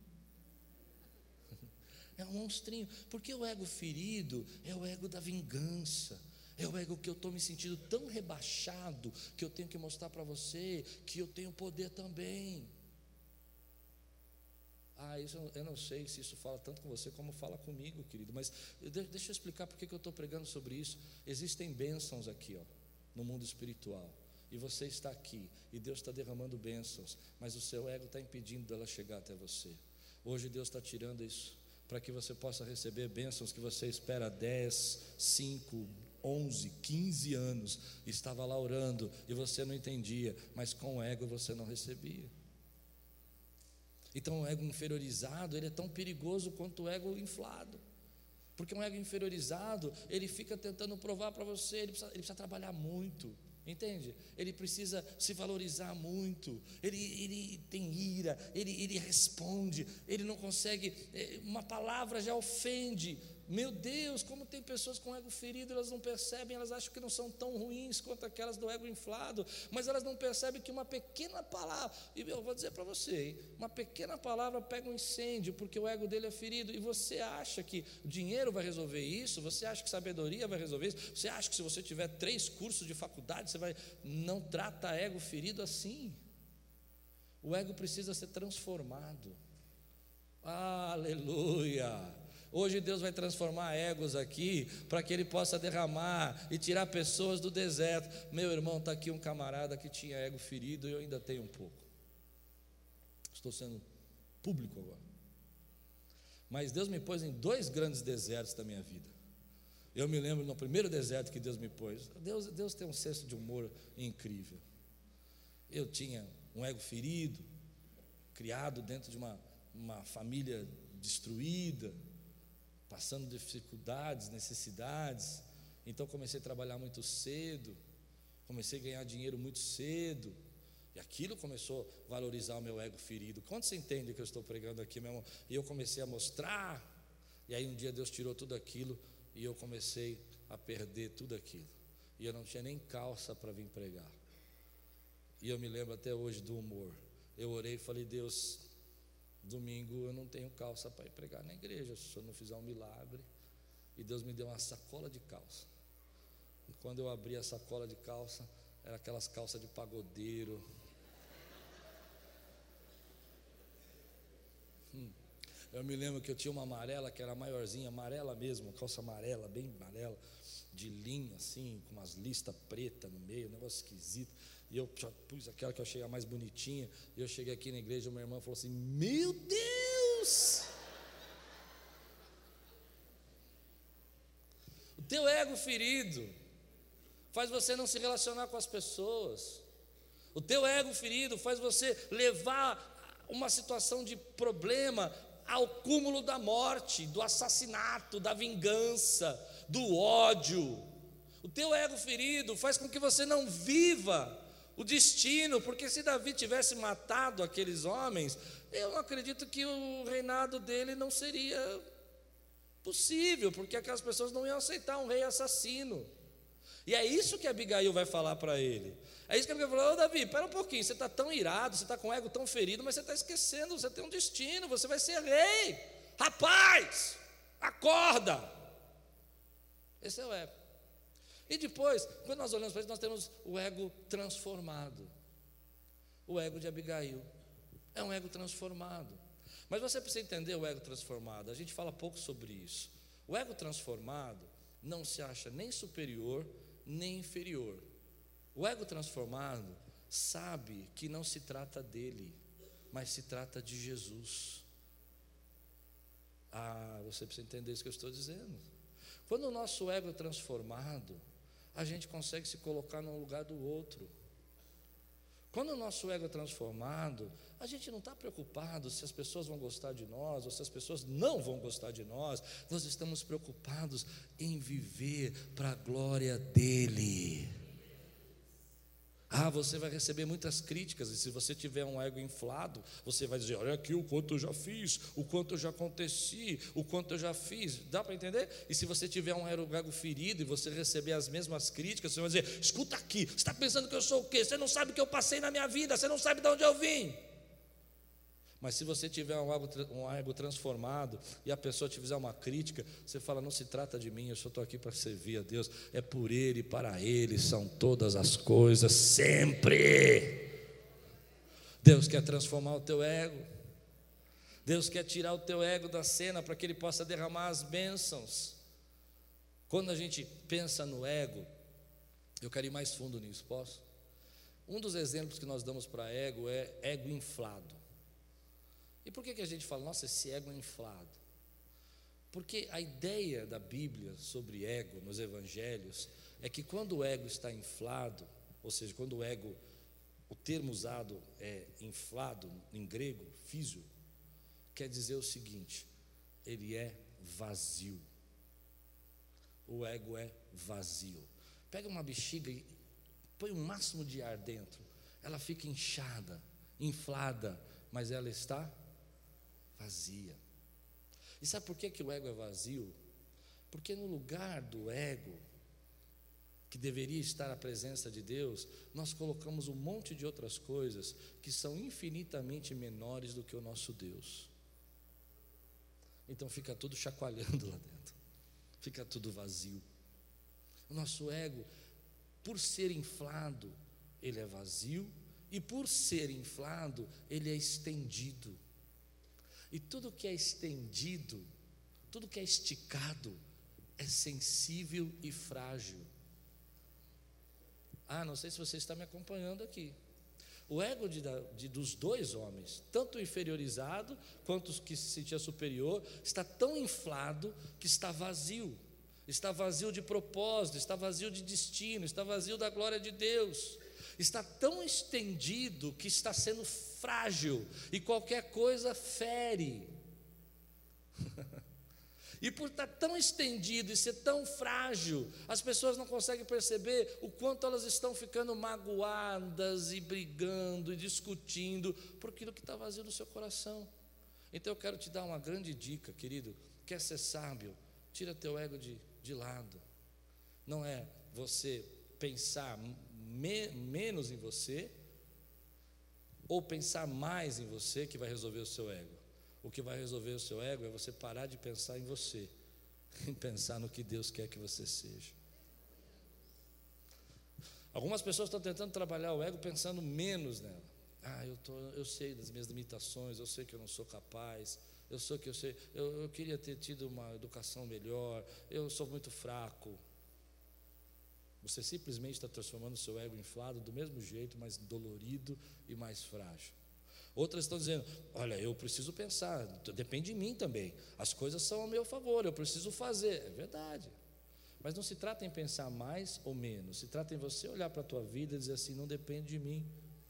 É um monstrinho, porque o ego ferido é o ego da vingança, é o ego que eu estou me sentindo tão rebaixado que eu tenho que mostrar para você que eu tenho poder também. Isso eu não sei se isso fala tanto com você como fala comigo, querido, mas deixa eu explicar porque que eu estou pregando sobre isso. Existem bênçãos aqui, no mundo espiritual, e você está aqui, e Deus está derramando bênçãos, mas o seu ego está impedindo dela chegar até você. Hoje Deus está tirando isso, para que você possa receber bênçãos que você espera 10, 5, 11, 15 anos, estava lá orando, e você não entendia, mas com o ego você não recebia. Então o ego inferiorizado, ele é tão perigoso quanto o ego inflado, porque um ego inferiorizado, ele fica tentando provar para você, ele precisa trabalhar muito, entende? Ele precisa se valorizar muito, ele tem ira, ele responde, ele não consegue, uma palavra já ofende. Meu Deus, como tem pessoas com ego ferido, elas não percebem, elas acham que não são tão ruins quanto aquelas do ego inflado, mas elas não percebem que uma pequena palavra, e eu vou dizer para você, hein, uma pequena palavra pega um incêndio, porque o ego dele é ferido, e você acha que dinheiro vai resolver isso? Você acha que sabedoria vai resolver isso? Você acha que se você tiver 3 cursos de faculdade, você vai, não trata ego ferido assim. O ego precisa ser transformado. Aleluia! Hoje Deus vai transformar egos aqui, para que Ele possa derramar e tirar pessoas do deserto. Meu irmão, está aqui um camarada que tinha ego ferido, e eu ainda tenho um pouco. Estou sendo público agora. Mas Deus me pôs em 2 grandes desertos da minha vida. Eu me lembro no primeiro deserto que Deus me pôs. Deus tem um senso de humor incrível. Eu tinha um ego ferido, criado dentro de uma família destruída, passando dificuldades, necessidades. Então comecei a trabalhar muito cedo, comecei a ganhar dinheiro muito cedo, e aquilo começou a valorizar o meu ego ferido. Quanto você entende o que eu estou pregando aqui, meu irmão? E eu comecei a mostrar, e aí um dia Deus tirou tudo aquilo, e eu comecei a perder tudo aquilo, e eu não tinha nem calça para vir pregar. E eu me lembro até hoje do humor. Eu orei e falei: Deus, domingo eu não tenho calça para ir pregar na igreja, se o Senhor não fizer um milagre. E Deus me deu uma sacola de calça, e quando eu abri a sacola de calça, era aquelas calças de pagodeiro. Eu me lembro que eu tinha uma amarela, que era maiorzinha, amarela mesmo, uma calça amarela, bem amarela, de linho assim, com umas listas pretas no meio, um negócio esquisito. E eu já pus aquela que eu achei a mais bonitinha. E eu cheguei aqui na igreja, uma irmã falou assim: meu Deus! O teu ego ferido faz você não se relacionar com as pessoas. O teu ego ferido faz você levar uma situação de problema ao cúmulo da morte, do assassinato, da vingança, do ódio. O teu ego ferido faz com que você não viva o destino, porque se Davi tivesse matado aqueles homens, eu não acredito que o reinado dele não seria possível, porque aquelas pessoas não iam aceitar um rei assassino. E é isso que Abigail vai falar para ele. É isso que Abigail falou: ô Davi, espera um pouquinho, você está tão irado, você está com o ego tão ferido, mas você está esquecendo, você tem um destino, você vai ser rei. Rapaz, acorda. Esse é o ego. E depois, quando nós olhamos para isso, nós temos o ego transformado. O ego de Abigail é um ego transformado. Mas você precisa entender o ego transformado. A gente fala pouco sobre isso. O ego transformado não se acha nem superior nem inferior. O ego transformado sabe que não se trata dele, mas se trata de Jesus. Você precisa entender isso que eu estou dizendo. Quando o nosso ego é transformado, a gente consegue se colocar no lugar do outro. Quando o nosso ego é transformado, a gente não está preocupado se as pessoas vão gostar de nós ou se as pessoas não vão gostar de nós. Nós estamos preocupados em viver para a glória dele. Você vai receber muitas críticas, e se você tiver um ego inflado, você vai dizer: olha aqui o quanto eu já fiz, o quanto eu já aconteci, o quanto eu já fiz. Dá para entender? E se você tiver um ego ferido e você receber as mesmas críticas, você vai dizer: escuta aqui, você está pensando que eu sou o quê? Você não sabe o que eu passei na minha vida, você não sabe de onde eu vim. Mas se você tiver um ego transformado e a pessoa te fizer uma crítica, você fala: não se trata de mim, eu só estou aqui para servir a Deus, é por Ele e para Ele são todas as coisas, sempre. Deus quer transformar o teu ego. Deus quer tirar o teu ego da cena para que Ele possa derramar as bênçãos. Quando a gente pensa no ego, eu quero ir mais fundo nisso, posso? Um dos exemplos que nós damos para ego é ego inflado. E por que a gente fala, nossa, esse ego é inflado? Porque a ideia da Bíblia sobre ego nos evangelhos é que quando o ego está inflado, ou seja, quando o ego, o termo usado é inflado em grego, físio, quer dizer o seguinte: ele é vazio. O ego é vazio. Pega uma bexiga e põe o máximo de ar dentro, ela fica inchada, inflada, mas ela está vazia. E sabe por que o ego é vazio? Porque no lugar do ego, que deveria estar a presença de Deus, nós colocamos um monte de outras coisas que são infinitamente menores do que o nosso Deus. Então fica tudo chacoalhando lá dentro, fica tudo vazio. O nosso ego, por ser inflado, ele é vazio, e por ser inflado, ele é estendido. E tudo que é estendido, tudo que é esticado, é sensível e frágil. Não sei se você está me acompanhando aqui. O ego dos dois homens, tanto o inferiorizado quanto o que se sentia superior, está tão inflado que está vazio. Está vazio de propósito, está vazio de destino, está vazio da glória de Deus. Está tão estendido que está sendo frágil e qualquer coisa fere. E por estar tão estendido e ser tão frágil, as pessoas não conseguem perceber o quanto elas estão ficando magoadas e brigando e discutindo por aquilo que está vazio no seu coração. Então eu quero te dar uma grande dica, querido. Quer ser sábio? Tira teu ego de lado. Não é você pensar menos em você ou pensar mais em você que vai resolver o seu ego. O que vai resolver o seu ego é você parar de pensar em você e pensar no que Deus quer que você seja. Algumas pessoas estão tentando trabalhar o ego pensando menos nela. Eu sei das minhas limitações, eu sei que eu não sou capaz, eu queria ter tido uma educação melhor, eu sou muito fraco. Você simplesmente está transformando o seu ego inflado do mesmo jeito, mais dolorido e mais frágil. Outras estão dizendo, olha, eu preciso pensar, depende de mim também, as coisas são ao meu favor, eu preciso fazer. É verdade, mas não se trata em pensar mais ou menos, se trata em você olhar para a tua vida e dizer assim, não depende de mim.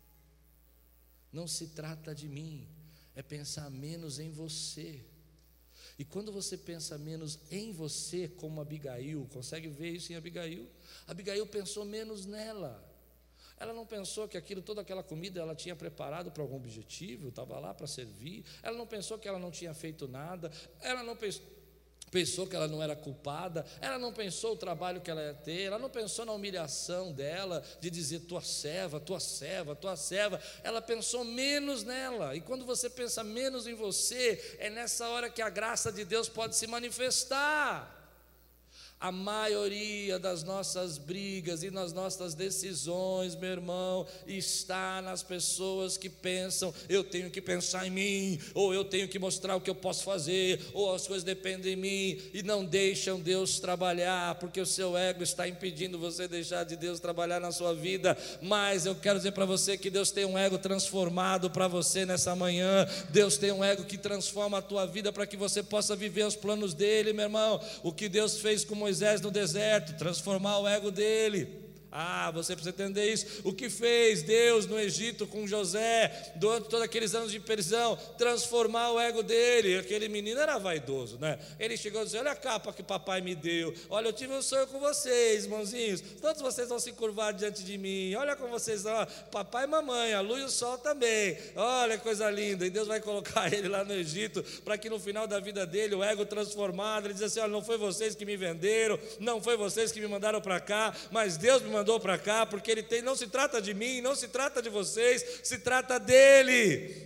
Não se trata de mim, é pensar menos em você. E quando você pensa menos em você, como Abigail, consegue ver isso em Abigail? Abigail pensou menos nela. Ela não pensou que toda aquela comida ela tinha preparado para algum objetivo, estava lá para servir. Ela não pensou que ela não tinha feito nada. Ela não pensou que ela não era culpada. Ela não pensou o trabalho que ela ia ter. Ela não pensou na humilhação dela, de dizer tua serva, tua serva, tua serva. Ela pensou menos nela. E quando você pensa menos em você, é nessa hora que a graça de Deus pode se manifestar. A maioria das nossas brigas e nas nossas decisões, meu irmão, está nas pessoas que pensam, eu tenho que pensar em mim, ou eu tenho que mostrar o que eu posso fazer, ou as coisas dependem de mim, e não deixam Deus trabalhar, porque o seu ego está impedindo você deixar de Deus trabalhar na sua vida. Mas eu quero dizer para você que Deus tem um ego transformado para você nessa manhã. Deus tem um ego que transforma a tua vida para que você possa viver os planos dele, meu irmão. O que Deus fez com Moisés no deserto, transformar o ego dele. Você precisa entender isso. O que fez Deus no Egito com José, durante todos aqueles anos de prisão, transformar o ego dele. Aquele menino era vaidoso, né? Ele chegou a dizer, olha a capa que papai me deu, olha, eu tive um sonho com vocês, irmãozinhos, todos vocês vão se curvar diante de mim, olha como vocês vão, papai e mamãe, a lua e o sol também, olha que coisa linda. E Deus vai colocar ele lá no Egito, para que no final da vida dele, o ego transformado, ele diz assim, olha, não foi vocês que me venderam, não foi vocês que me mandaram para cá, mas Deus me mandou para cá, porque ele tem, não se trata de mim, não se trata de vocês, se trata dele.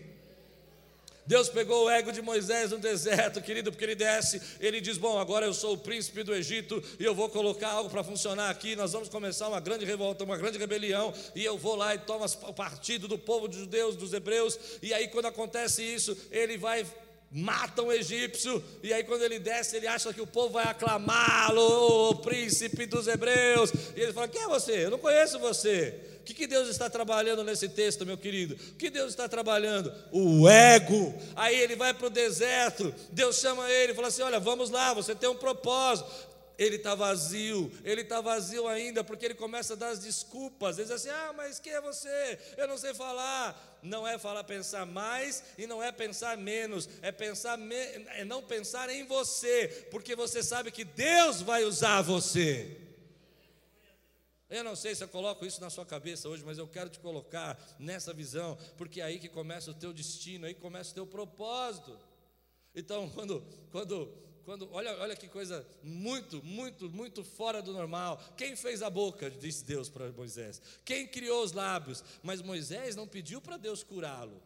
Deus pegou o ego de Moisés no deserto, querido, porque ele desce, ele diz, bom, agora eu sou o príncipe do Egito, e eu vou colocar algo para funcionar aqui, nós vamos começar uma grande revolta, uma grande rebelião, e eu vou lá e tomo o partido do povo de judeus, dos hebreus, e aí quando acontece isso, ele vai mata um egípcio, e aí quando ele desce, ele acha que o povo vai aclamá-lo, o príncipe dos hebreus, e ele fala: quem é você? Eu não conheço você. O que Deus está trabalhando nesse texto, meu querido? O que Deus está trabalhando? O ego. Aí ele vai para o deserto, Deus chama ele e fala assim: olha, vamos lá, você tem um propósito. Ele está vazio ainda, porque ele começa a dar as desculpas. Ele diz assim: ah, mas quem é você? Eu não sei falar. Não é pensar mais e não é pensar menos, é não pensar em você, porque você sabe que Deus vai usar você. Eu não sei se eu coloco isso na sua cabeça hoje, mas eu quero te colocar nessa visão, porque é aí que começa o teu destino, aí começa o teu propósito. Então, olha que coisa muito fora do normal. Quem fez a boca? Disse Deus para Moisés. Quem criou os lábios? Mas Moisés não pediu para Deus curá-lo.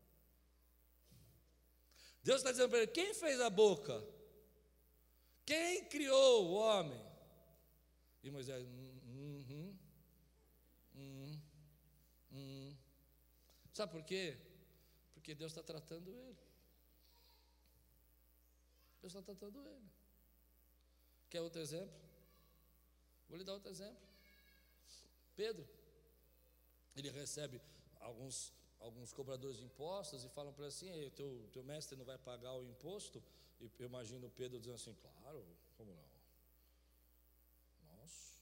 Deus está dizendo para ele: quem fez a boca? Quem criou o homem? E Moisés: Sabe por quê? Porque Deus está tratando ele. Deus está tratando ele. Quer outro exemplo? Vou lhe dar outro exemplo. Pedro, ele recebe alguns cobradores de impostos e falam para ele assim: teu mestre não vai pagar o imposto? E eu imagino Pedro dizendo assim: claro, como não? Nossa,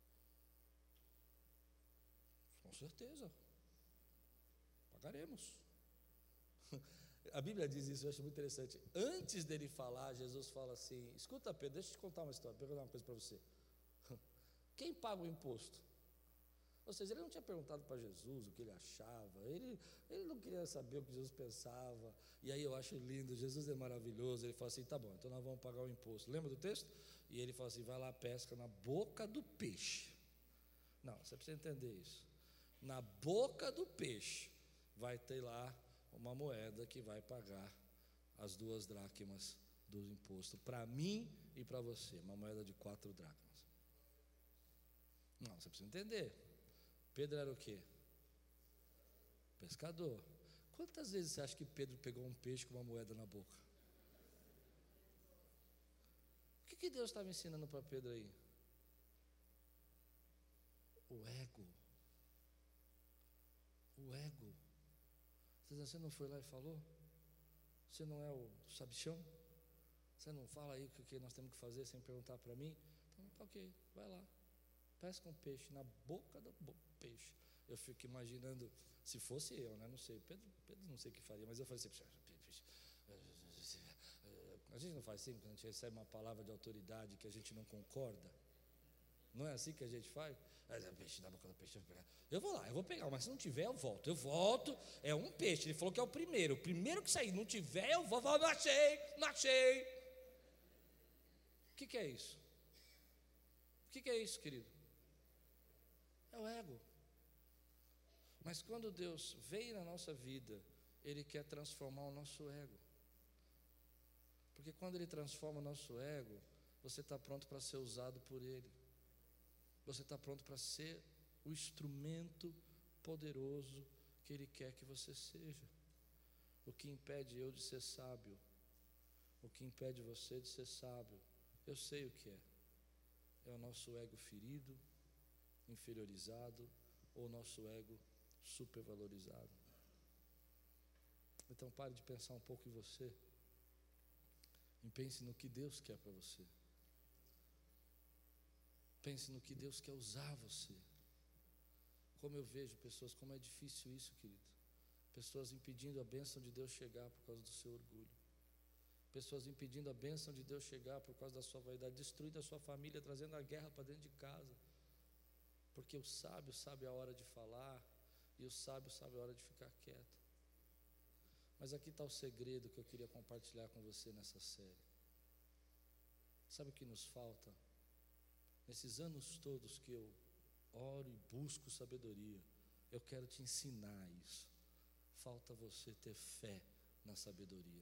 com certeza, pagaremos. A Bíblia diz isso, eu acho muito interessante. Antes dele falar, Jesus fala assim: escuta, Pedro, deixa eu te contar uma história, perguntar uma coisa para você. Quem paga o imposto? Ou seja, ele não tinha perguntado para Jesus o que ele achava, ele não queria saber o que Jesus pensava. E aí eu acho lindo, Jesus é maravilhoso. Ele fala assim: tá bom, então nós vamos pagar o imposto. Lembra do texto? E ele fala assim: vai lá, pesca na boca do peixe. Não, você precisa entender isso. Na boca do peixe vai ter lá uma moeda que vai pagar as 2 dracmas do imposto, para mim e para você, uma moeda de 4 dracmas. Não, você precisa entender. Pedro era o quê? Pescador. Quantas vezes você acha que Pedro pegou um peixe com uma moeda na boca? O que Deus estava ensinando para Pedro aí? O ego. O ego. Você não foi lá e falou? Você não é o sabichão? Você não fala aí o que nós temos que fazer sem perguntar para mim? Então, ok, vai lá. Pesca um peixe na boca do peixe. Eu fico imaginando, se fosse eu, né? Não sei, Pedro não sei o que faria, mas eu falei assim: a gente não faz assim quando a gente recebe uma palavra de autoridade que a gente não concorda? Não é assim que a gente faz? Peixe na boca do peixe. Eu vou lá, eu vou pegar, mas se não tiver, eu volto. É um peixe. Ele falou que é o primeiro que sair. Não tiver, eu vou. Não achei. O que é isso? O que é isso, querido? É o ego. Mas quando Deus vem na nossa vida, Ele quer transformar o nosso ego. Porque quando Ele transforma o nosso ego, você está pronto para ser usado por Ele. Você está pronto para ser o instrumento poderoso que Ele quer que você seja. O que impede eu de ser sábio? O que impede você de ser sábio? Eu sei o que é. É o nosso ego ferido, inferiorizado, ou o nosso ego supervalorizado. Então pare de pensar um pouco em você e pense no que Deus quer para você. Pense no que Deus quer usar você. Como eu vejo pessoas, como é difícil isso, querido. Pessoas impedindo a bênção de Deus chegar por causa do seu orgulho. Pessoas impedindo a bênção de Deus chegar por causa da sua vaidade, destruindo a sua família, trazendo a guerra para dentro de casa. Porque o sábio sabe a hora de falar e o sábio sabe a hora de ficar quieto. Mas aqui está o segredo que eu queria compartilhar com você nessa série. Sabe o que nos falta? Nesses anos todos que eu oro e busco sabedoria, eu quero te ensinar isso. Falta você ter fé na sabedoria.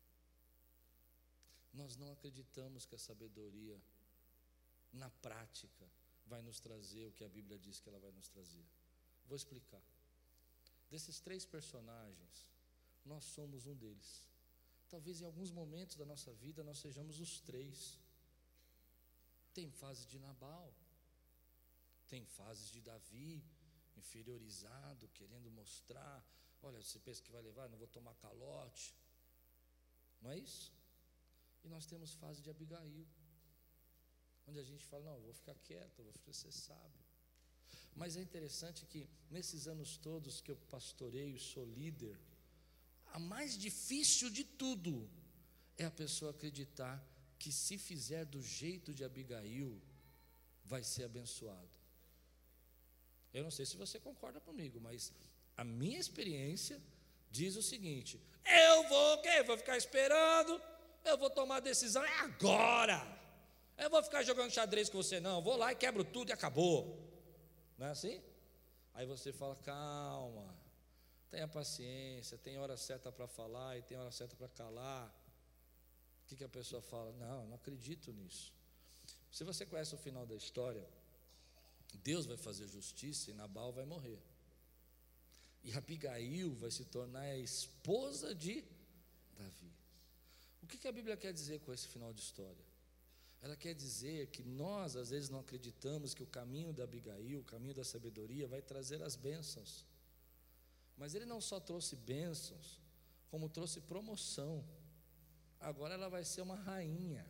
Nós não acreditamos que a sabedoria, na prática, vai nos trazer o que a Bíblia diz que ela vai nos trazer. Vou explicar. Desses 3 personagens, nós somos um deles. talvez em alguns momentos da nossa vida nós sejamos os três. Tem fase de Nabal, tem fases de Davi, inferiorizado, querendo mostrar, olha, você pensa que vai levar, não vou tomar calote, não é isso? E nós temos fase de Abigail, onde a gente fala, não, eu vou ficar quieto, eu vou ser sábio. Mas é interessante que nesses anos todos que eu pastoreio, sou líder, a mais difícil de tudo é a pessoa acreditar que se fizer do jeito de Abigail, vai ser abençoado. Eu não sei se você concorda comigo, mas a minha experiência diz o seguinte: eu vou o quê? Vou ficar esperando, eu vou tomar a decisão, é agora. Eu vou ficar jogando xadrez com você, não, eu vou lá e quebro tudo e acabou. Não é assim? Aí você fala, calma, tenha paciência, tem hora certa para falar e tem hora certa para calar. O que a pessoa fala? Não, não acredito nisso. Se você conhece o final da história, Deus vai fazer justiça e Nabal vai morrer. E Abigail vai se tornar a esposa de Davi. O que a Bíblia quer dizer com esse final de história? Ela quer dizer que nós às vezes não acreditamos que o caminho da Abigail, o caminho da sabedoria vai trazer as bênçãos. Mas ele não só trouxe bênçãos, como trouxe promoção. Agora ela vai ser uma rainha.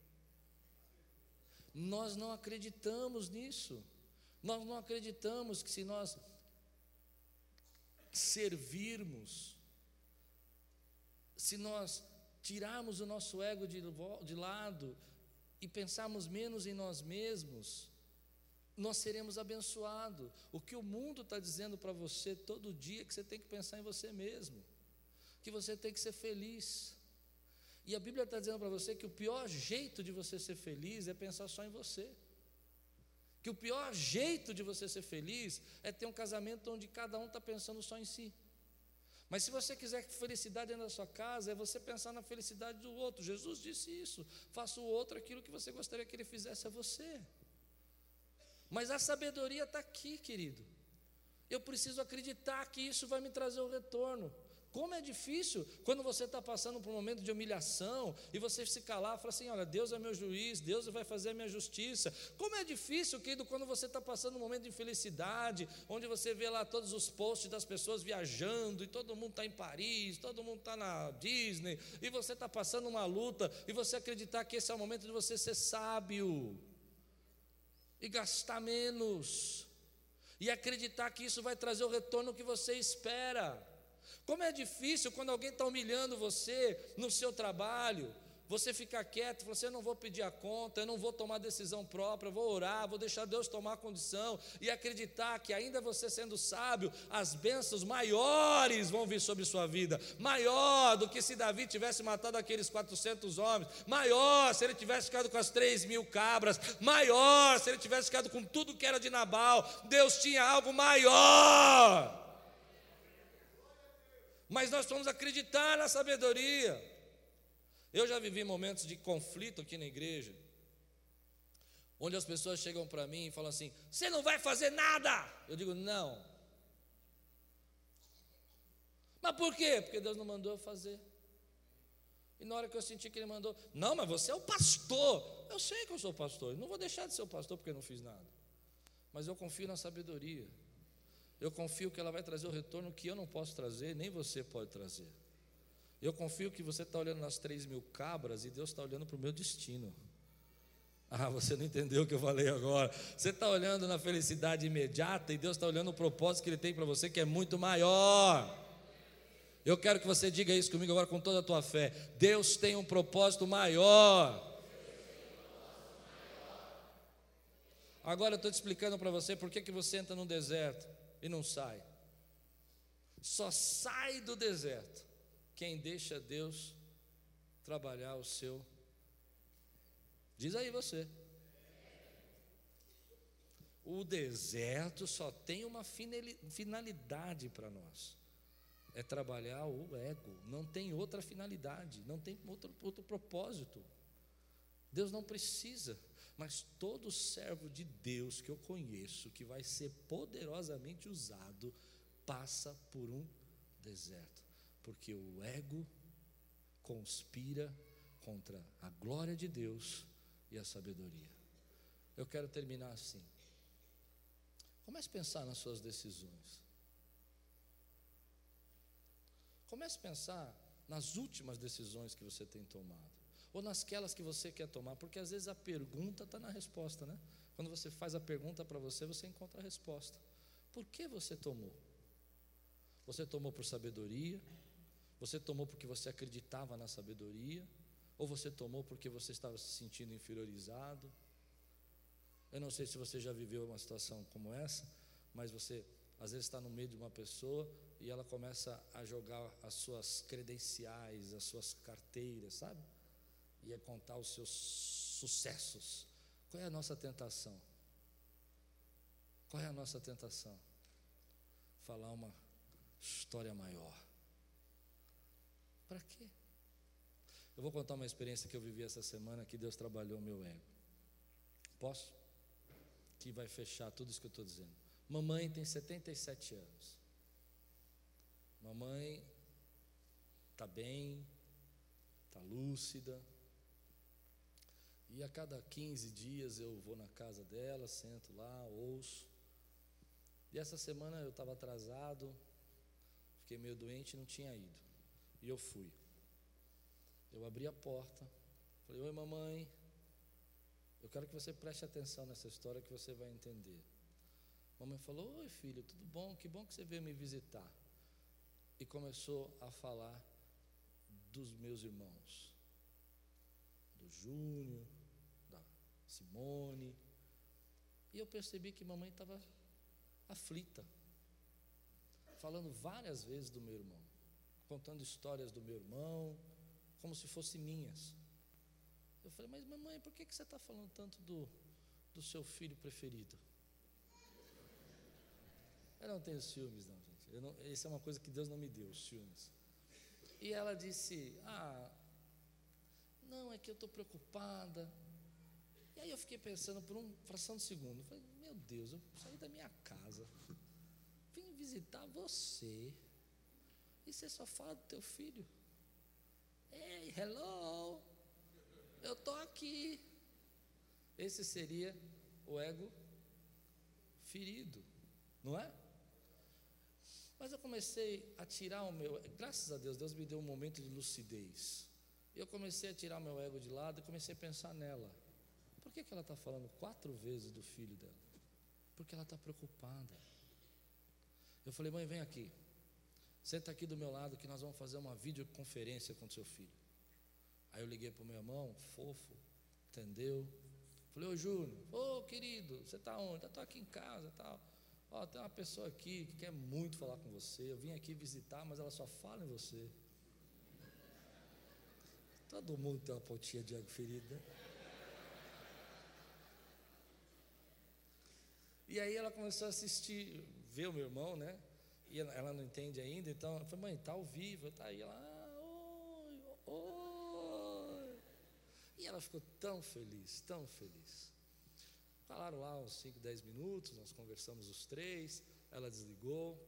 Nós não acreditamos nisso. Nós não acreditamos que se nós servirmos, se nós tirarmos o nosso ego de lado e pensarmos menos em nós mesmos, nós seremos abençoados. O que o mundo está dizendo para você todo dia é que você tem que pensar em você mesmo, que você tem que ser feliz. E a Bíblia está dizendo para você que o pior jeito de você ser feliz é pensar só em você. Que o pior jeito de você ser feliz é ter um casamento onde cada um está pensando só em si. Mas se você quiser felicidade dentro da sua casa, é você pensar na felicidade do outro. Jesus disse isso: faça o outro aquilo que você gostaria que ele fizesse a você. Mas a sabedoria está aqui, querido. Eu preciso acreditar que isso vai me trazer o retorno. Como é difícil quando você está passando por um momento de humilhação e você se calar e falar assim, olha, Deus é meu juiz, Deus vai fazer a minha justiça. Como é difícil, querido, quando você está passando um momento de infelicidade, onde você vê lá todos os posts das pessoas viajando e todo mundo está em Paris, todo mundo está na Disney, e você está passando uma luta, e você acreditar que esse é o momento de você ser sábio e gastar menos, e acreditar que isso vai trazer o retorno que você espera. Como é difícil quando alguém está humilhando você no seu trabalho, você ficar quieto, você não vou pedir a conta, eu não vou tomar decisão própria, eu vou orar, vou deixar Deus tomar a condição, e acreditar que ainda você sendo sábio, as bênçãos maiores vão vir sobre sua vida, maior do que se Davi tivesse matado aqueles 400 homens, maior se ele tivesse ficado com as 3.000 cabras, maior se ele tivesse ficado com tudo que era de Nabal. Deus tinha algo maior. Mas nós vamos acreditar na sabedoria. Eu já vivi momentos de conflito aqui na igreja, onde as pessoas chegam para mim e falam assim, você não vai fazer nada. Eu digo, não. Mas por quê? Porque Deus não mandou eu fazer. E na hora que eu senti que Ele mandou, não, mas você é o pastor. Eu sei que eu sou pastor, eu não vou deixar de ser o pastor porque eu não fiz nada. Mas eu confio na sabedoria. Eu confio que ela vai trazer o retorno que eu não posso trazer, nem você pode trazer. Eu confio que você está olhando nas 3.000 cabras e Deus está olhando para o meu destino. Ah, você não entendeu o que eu falei agora. Você está olhando na felicidade imediata e Deus está olhando o propósito que Ele tem para você, que é muito maior. Eu quero que você diga isso comigo agora com toda a tua fé. Deus tem um propósito maior. Agora eu estou te explicando para você por que você entra no deserto e não sai. Só sai do deserto quem deixa Deus trabalhar o seu. Diz aí você. O deserto só tem uma finalidade para nós. É trabalhar o ego. Não tem outra finalidade, não tem outro propósito. Deus não precisa. Mas todo servo de Deus que eu conheço, que vai ser poderosamente usado, passa por um deserto. Porque o ego conspira contra a glória de Deus e a sabedoria. Eu quero terminar assim. Comece a pensar nas suas decisões. Comece a pensar nas últimas decisões que você tem tomado, ou nasquelas que você quer tomar, porque às vezes a pergunta está na resposta, né? Quando você faz a pergunta para você, você encontra a resposta. Por que você tomou? Você tomou por sabedoria? Você tomou porque você acreditava na sabedoria? Ou você tomou porque você estava se sentindo inferiorizado? Eu não sei se você já viveu uma situação como essa, mas você às vezes está no meio de uma pessoa e ela começa a jogar as suas credenciais, as suas carteiras, sabe? E a contar os seus sucessos. Qual é a nossa tentação? Qual é a nossa tentação? Falar uma história maior. Para quê? Eu vou contar uma experiência que eu vivi essa semana que Deus trabalhou o meu ego. Posso? Que vai fechar tudo isso que eu estou dizendo. Mamãe tem 77 anos. Mamãe está bem, está lúcida. E a cada 15 dias eu vou na casa dela, sento lá, ouço. E essa semana eu estava atrasado, fiquei meio doente e não tinha ido. E eu fui. Eu abri a porta, falei: oi mamãe, eu quero que você preste atenção nessa história que você vai entender. Mamãe falou: oi filho, tudo bom? Que bom que você veio me visitar. E começou a falar dos meus irmãos, do Júnior, da Simone. E eu percebi que mamãe estava aflita, falando várias vezes do meu irmão, contando histórias do meu irmão, como se fossem minhas. Eu falei: mas mamãe, por que você está falando tanto do seu filho preferido? Eu não tenho ciúmes não, gente. Isso é uma coisa que Deus não me deu, os ciúmes. E ela disse: não, é que eu estou preocupada. E aí eu fiquei pensando por uma fração de segundo. Eu falei: meu Deus, eu saí da minha casa, vim visitar você, e você só fala do teu filho. Ei, hello, eu estou aqui. Esse seria o ego ferido, não é? Mas eu comecei a tirar o meu, graças a Deus, Deus me deu um momento de lucidez. Eu comecei a tirar o meu ego de lado e comecei a pensar nela. Por que ela está falando 4 vezes do filho dela? Porque ela está preocupada. Eu falei: mãe, vem aqui, senta aqui do meu lado que nós vamos fazer uma videoconferência com o seu filho. Aí eu liguei para o meu irmão, fofo, entendeu? Falei: ô Júnior, ô querido, você está onde? Eu estou aqui em casa, tal. Ó, tem uma pessoa aqui que quer muito falar com você. Eu vim aqui visitar, mas ela só fala em você. Todo mundo tem uma pontinha de ego ferido, né? E aí ela começou a assistir, ver o meu irmão, né? E ela não entende ainda, então eu falei: mãe, está ao vivo, está aí. Ela: oi, oi. E ela ficou tão feliz, tão feliz. Falaram lá uns 5, 10 minutos, nós conversamos os 3, ela desligou.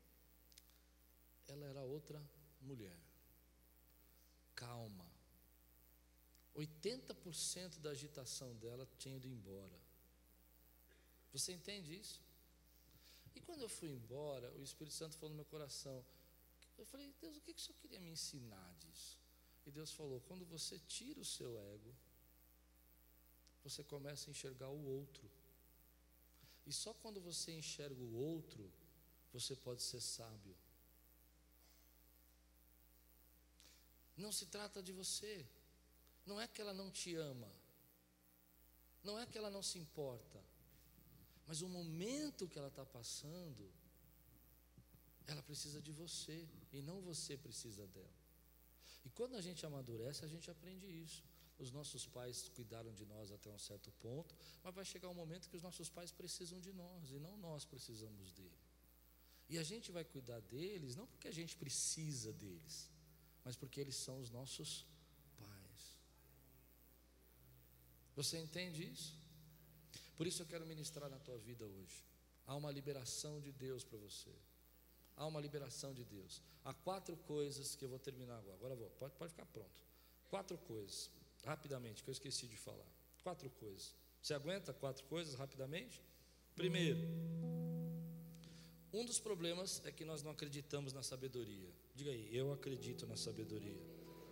Ela era outra mulher, calma. 80% da agitação dela tinha ido embora. Você entende isso? E quando eu fui embora, o Espírito Santo falou no meu coração. Eu falei: Deus, o que o Senhor queria me ensinar disso? E Deus falou: quando você tira o seu ego, você começa a enxergar o outro. E só quando você enxerga o outro, você pode ser sábio. Não se trata de você. Não é que ela não te ama, não é que ela não se importa, mas o momento que ela está passando, ela precisa de você e não você precisa dela. E quando a gente amadurece, a gente aprende isso. Os nossos pais cuidaram de nós até um certo ponto, mas vai chegar um momento que os nossos pais precisam de nós e não nós precisamos dele. E a gente vai cuidar deles não porque a gente precisa deles, mas porque eles são os nossos pais. Você entende isso? Por isso eu quero ministrar na tua vida hoje. Há uma liberação de Deus para você. há uma liberação de Deus. Há 4 coisas que eu vou terminar agora. Agora eu vou, pode ficar pronto. 4 coisas, rapidamente, que eu esqueci de falar. 4 coisas. Você aguenta 4 coisas rapidamente? Primeiro, um dos problemas é que nós não acreditamos na sabedoria. Diga aí, eu acredito na sabedoria.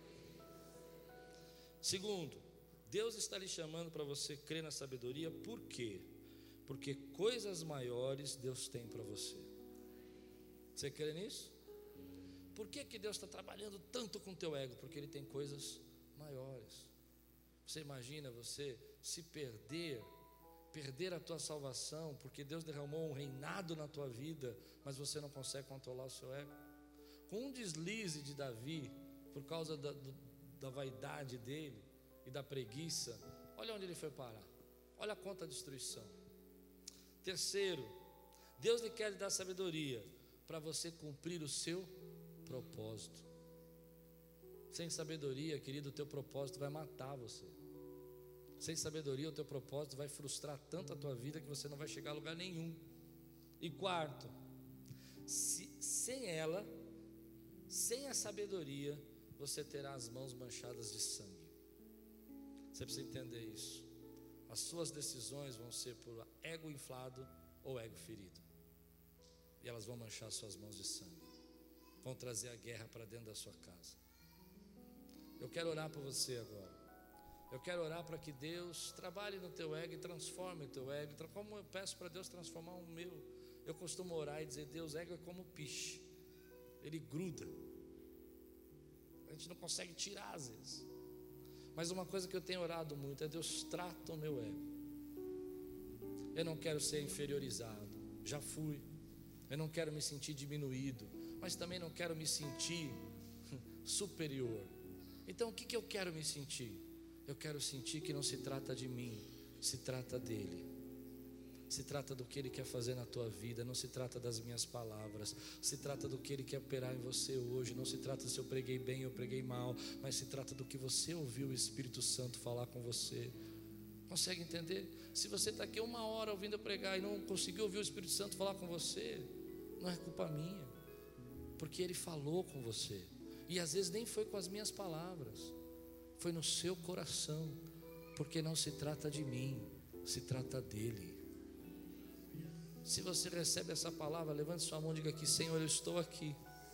Segundo, Deus está lhe chamando para você crer na sabedoria. Por quê? Porque coisas maiores Deus tem para você. Você crê nisso? Por que Deus está trabalhando tanto com o teu ego? Porque Ele tem coisas maiores. Você imagina você se perder a tua salvação, porque Deus derramou um reinado na tua vida, mas você não consegue controlar o seu ego? Com um deslize de Davi, por causa da vaidade dele e da preguiça, olha onde ele foi parar. Olha quanta destruição. Terceiro, Deus lhe quer lhe dar sabedoria para você cumprir o seu propósito. Sem sabedoria, querido, o teu propósito vai matar você. Sem sabedoria, o teu propósito vai frustrar tanto a tua vida que você não vai chegar a lugar nenhum. E quarto, sem ela, sem a sabedoria, você terá as mãos manchadas de sangue. Você precisa entender isso. As suas decisões vão ser por ego inflado ou ego ferido, e elas vão manchar suas mãos de sangue, vão trazer a guerra para dentro da sua casa. Eu quero orar por você agora. Eu quero orar para que Deus trabalhe no teu ego e transforme o teu ego, como eu peço para Deus transformar o meu. Eu costumo orar e dizer: Deus, ego é como piche, ele gruda, a gente não consegue tirar às vezes. Mas uma coisa que eu tenho orado muito é: Deus, trata o meu ego. Eu não quero ser inferiorizado, já fui. Eu não quero me sentir diminuído, mas também não quero me sentir superior. Então o que eu quero me sentir? Eu quero sentir que não se trata de mim, se trata dele. Se trata do que Ele quer fazer na tua vida, não se trata das minhas palavras, se trata do que Ele quer operar em você hoje. Não se trata se eu preguei bem ou preguei mal, mas se trata do que você ouviu o Espírito Santo falar com você. Consegue entender? Se você está aqui 1 hora ouvindo eu pregar e não conseguiu ouvir o Espírito Santo falar com você, não é culpa minha, porque Ele falou com você. E às vezes nem foi com as minhas palavras, foi no seu coração, porque não se trata de mim, se trata dele. Se você recebe essa palavra, levante sua mão e diga aqui: Senhor, eu estou aqui,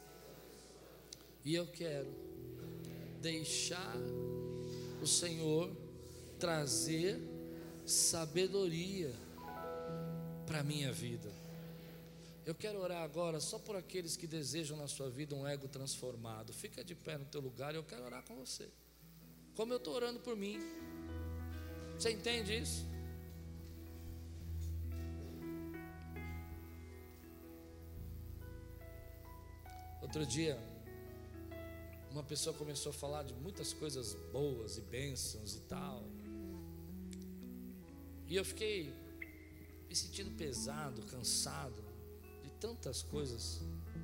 e eu quero deixar o Senhor trazer sabedoria para a minha vida. Eu quero orar agora só por aqueles que desejam na sua vida um ego transformado. Fica de pé no teu lugar e eu quero orar com você, como eu estou orando por mim. Você entende isso? Outro dia, uma pessoa começou a falar de muitas coisas boas e bênçãos e tal, e eu fiquei me sentindo pesado, cansado de tantas coisas.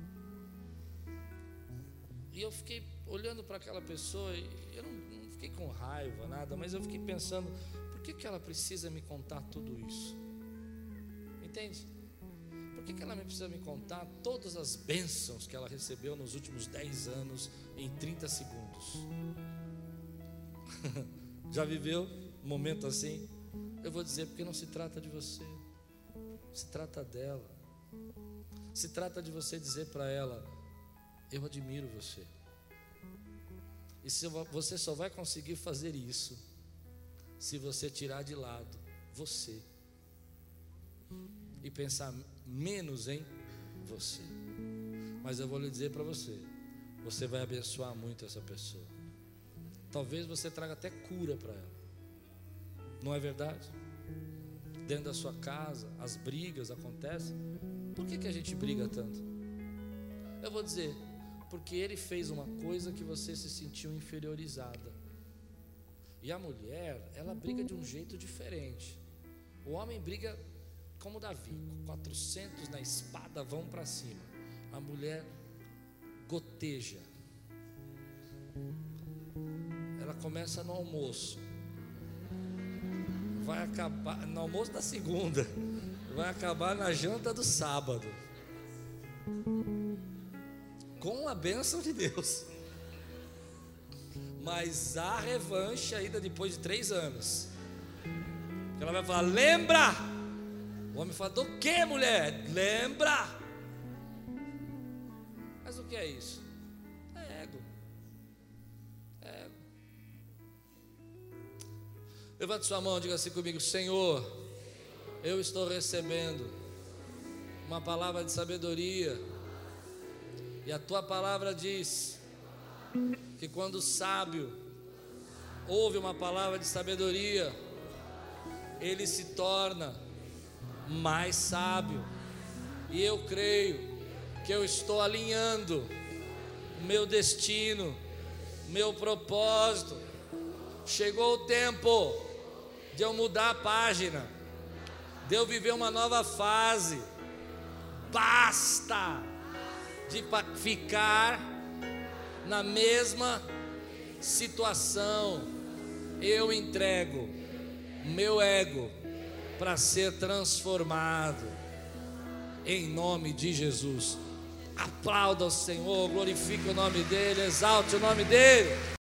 E eu fiquei olhando para aquela pessoa e eu não fiquei com raiva, nada, mas eu fiquei pensando: por que ela precisa me contar tudo isso? Entende? Por que ela precisa me contar todas as bênçãos que ela recebeu nos últimos 10 anos em 30 segundos? Já viveu um momento assim? Eu vou dizer: porque não se trata de você, se trata dela. Se trata de você dizer para ela: eu admiro você. E você só vai conseguir fazer isso se você tirar de lado você e pensar menos em você. Mas eu vou lhe dizer para você: você vai abençoar muito essa pessoa. Talvez você traga até cura para ela. Não é verdade? Dentro da sua casa, as brigas acontecem. Por que a gente briga tanto? Eu vou dizer: porque ele fez uma coisa que você se sentiu inferiorizada. E a mulher, ela briga de um jeito diferente. O homem briga como Davi, 400 na espada, vão para cima. A mulher goteja. Ela começa no almoço, vai acabar no almoço da segunda, vai acabar na janta do sábado. com a bênção de Deus. Mas há revanche ainda depois de 3 anos. Ela vai falar: lembra? O homem fala: do que, mulher? Lembra? Mas o que é isso? É ego. É ego. Levante sua mão e diga assim comigo: Senhor, eu estou recebendo uma palavra de sabedoria. E a tua palavra diz que quando o sábio ouve uma palavra de sabedoria, ele se torna mais sábio. E eu creio que eu estou alinhando meu destino, meu propósito. Chegou o tempo de eu mudar a página, de eu viver uma nova fase. Basta de ficar na mesma situação. Eu entrego meu ego para ser transformado em nome de Jesus. Aplauda o Senhor, glorifique o nome dEle, exalte o nome dEle.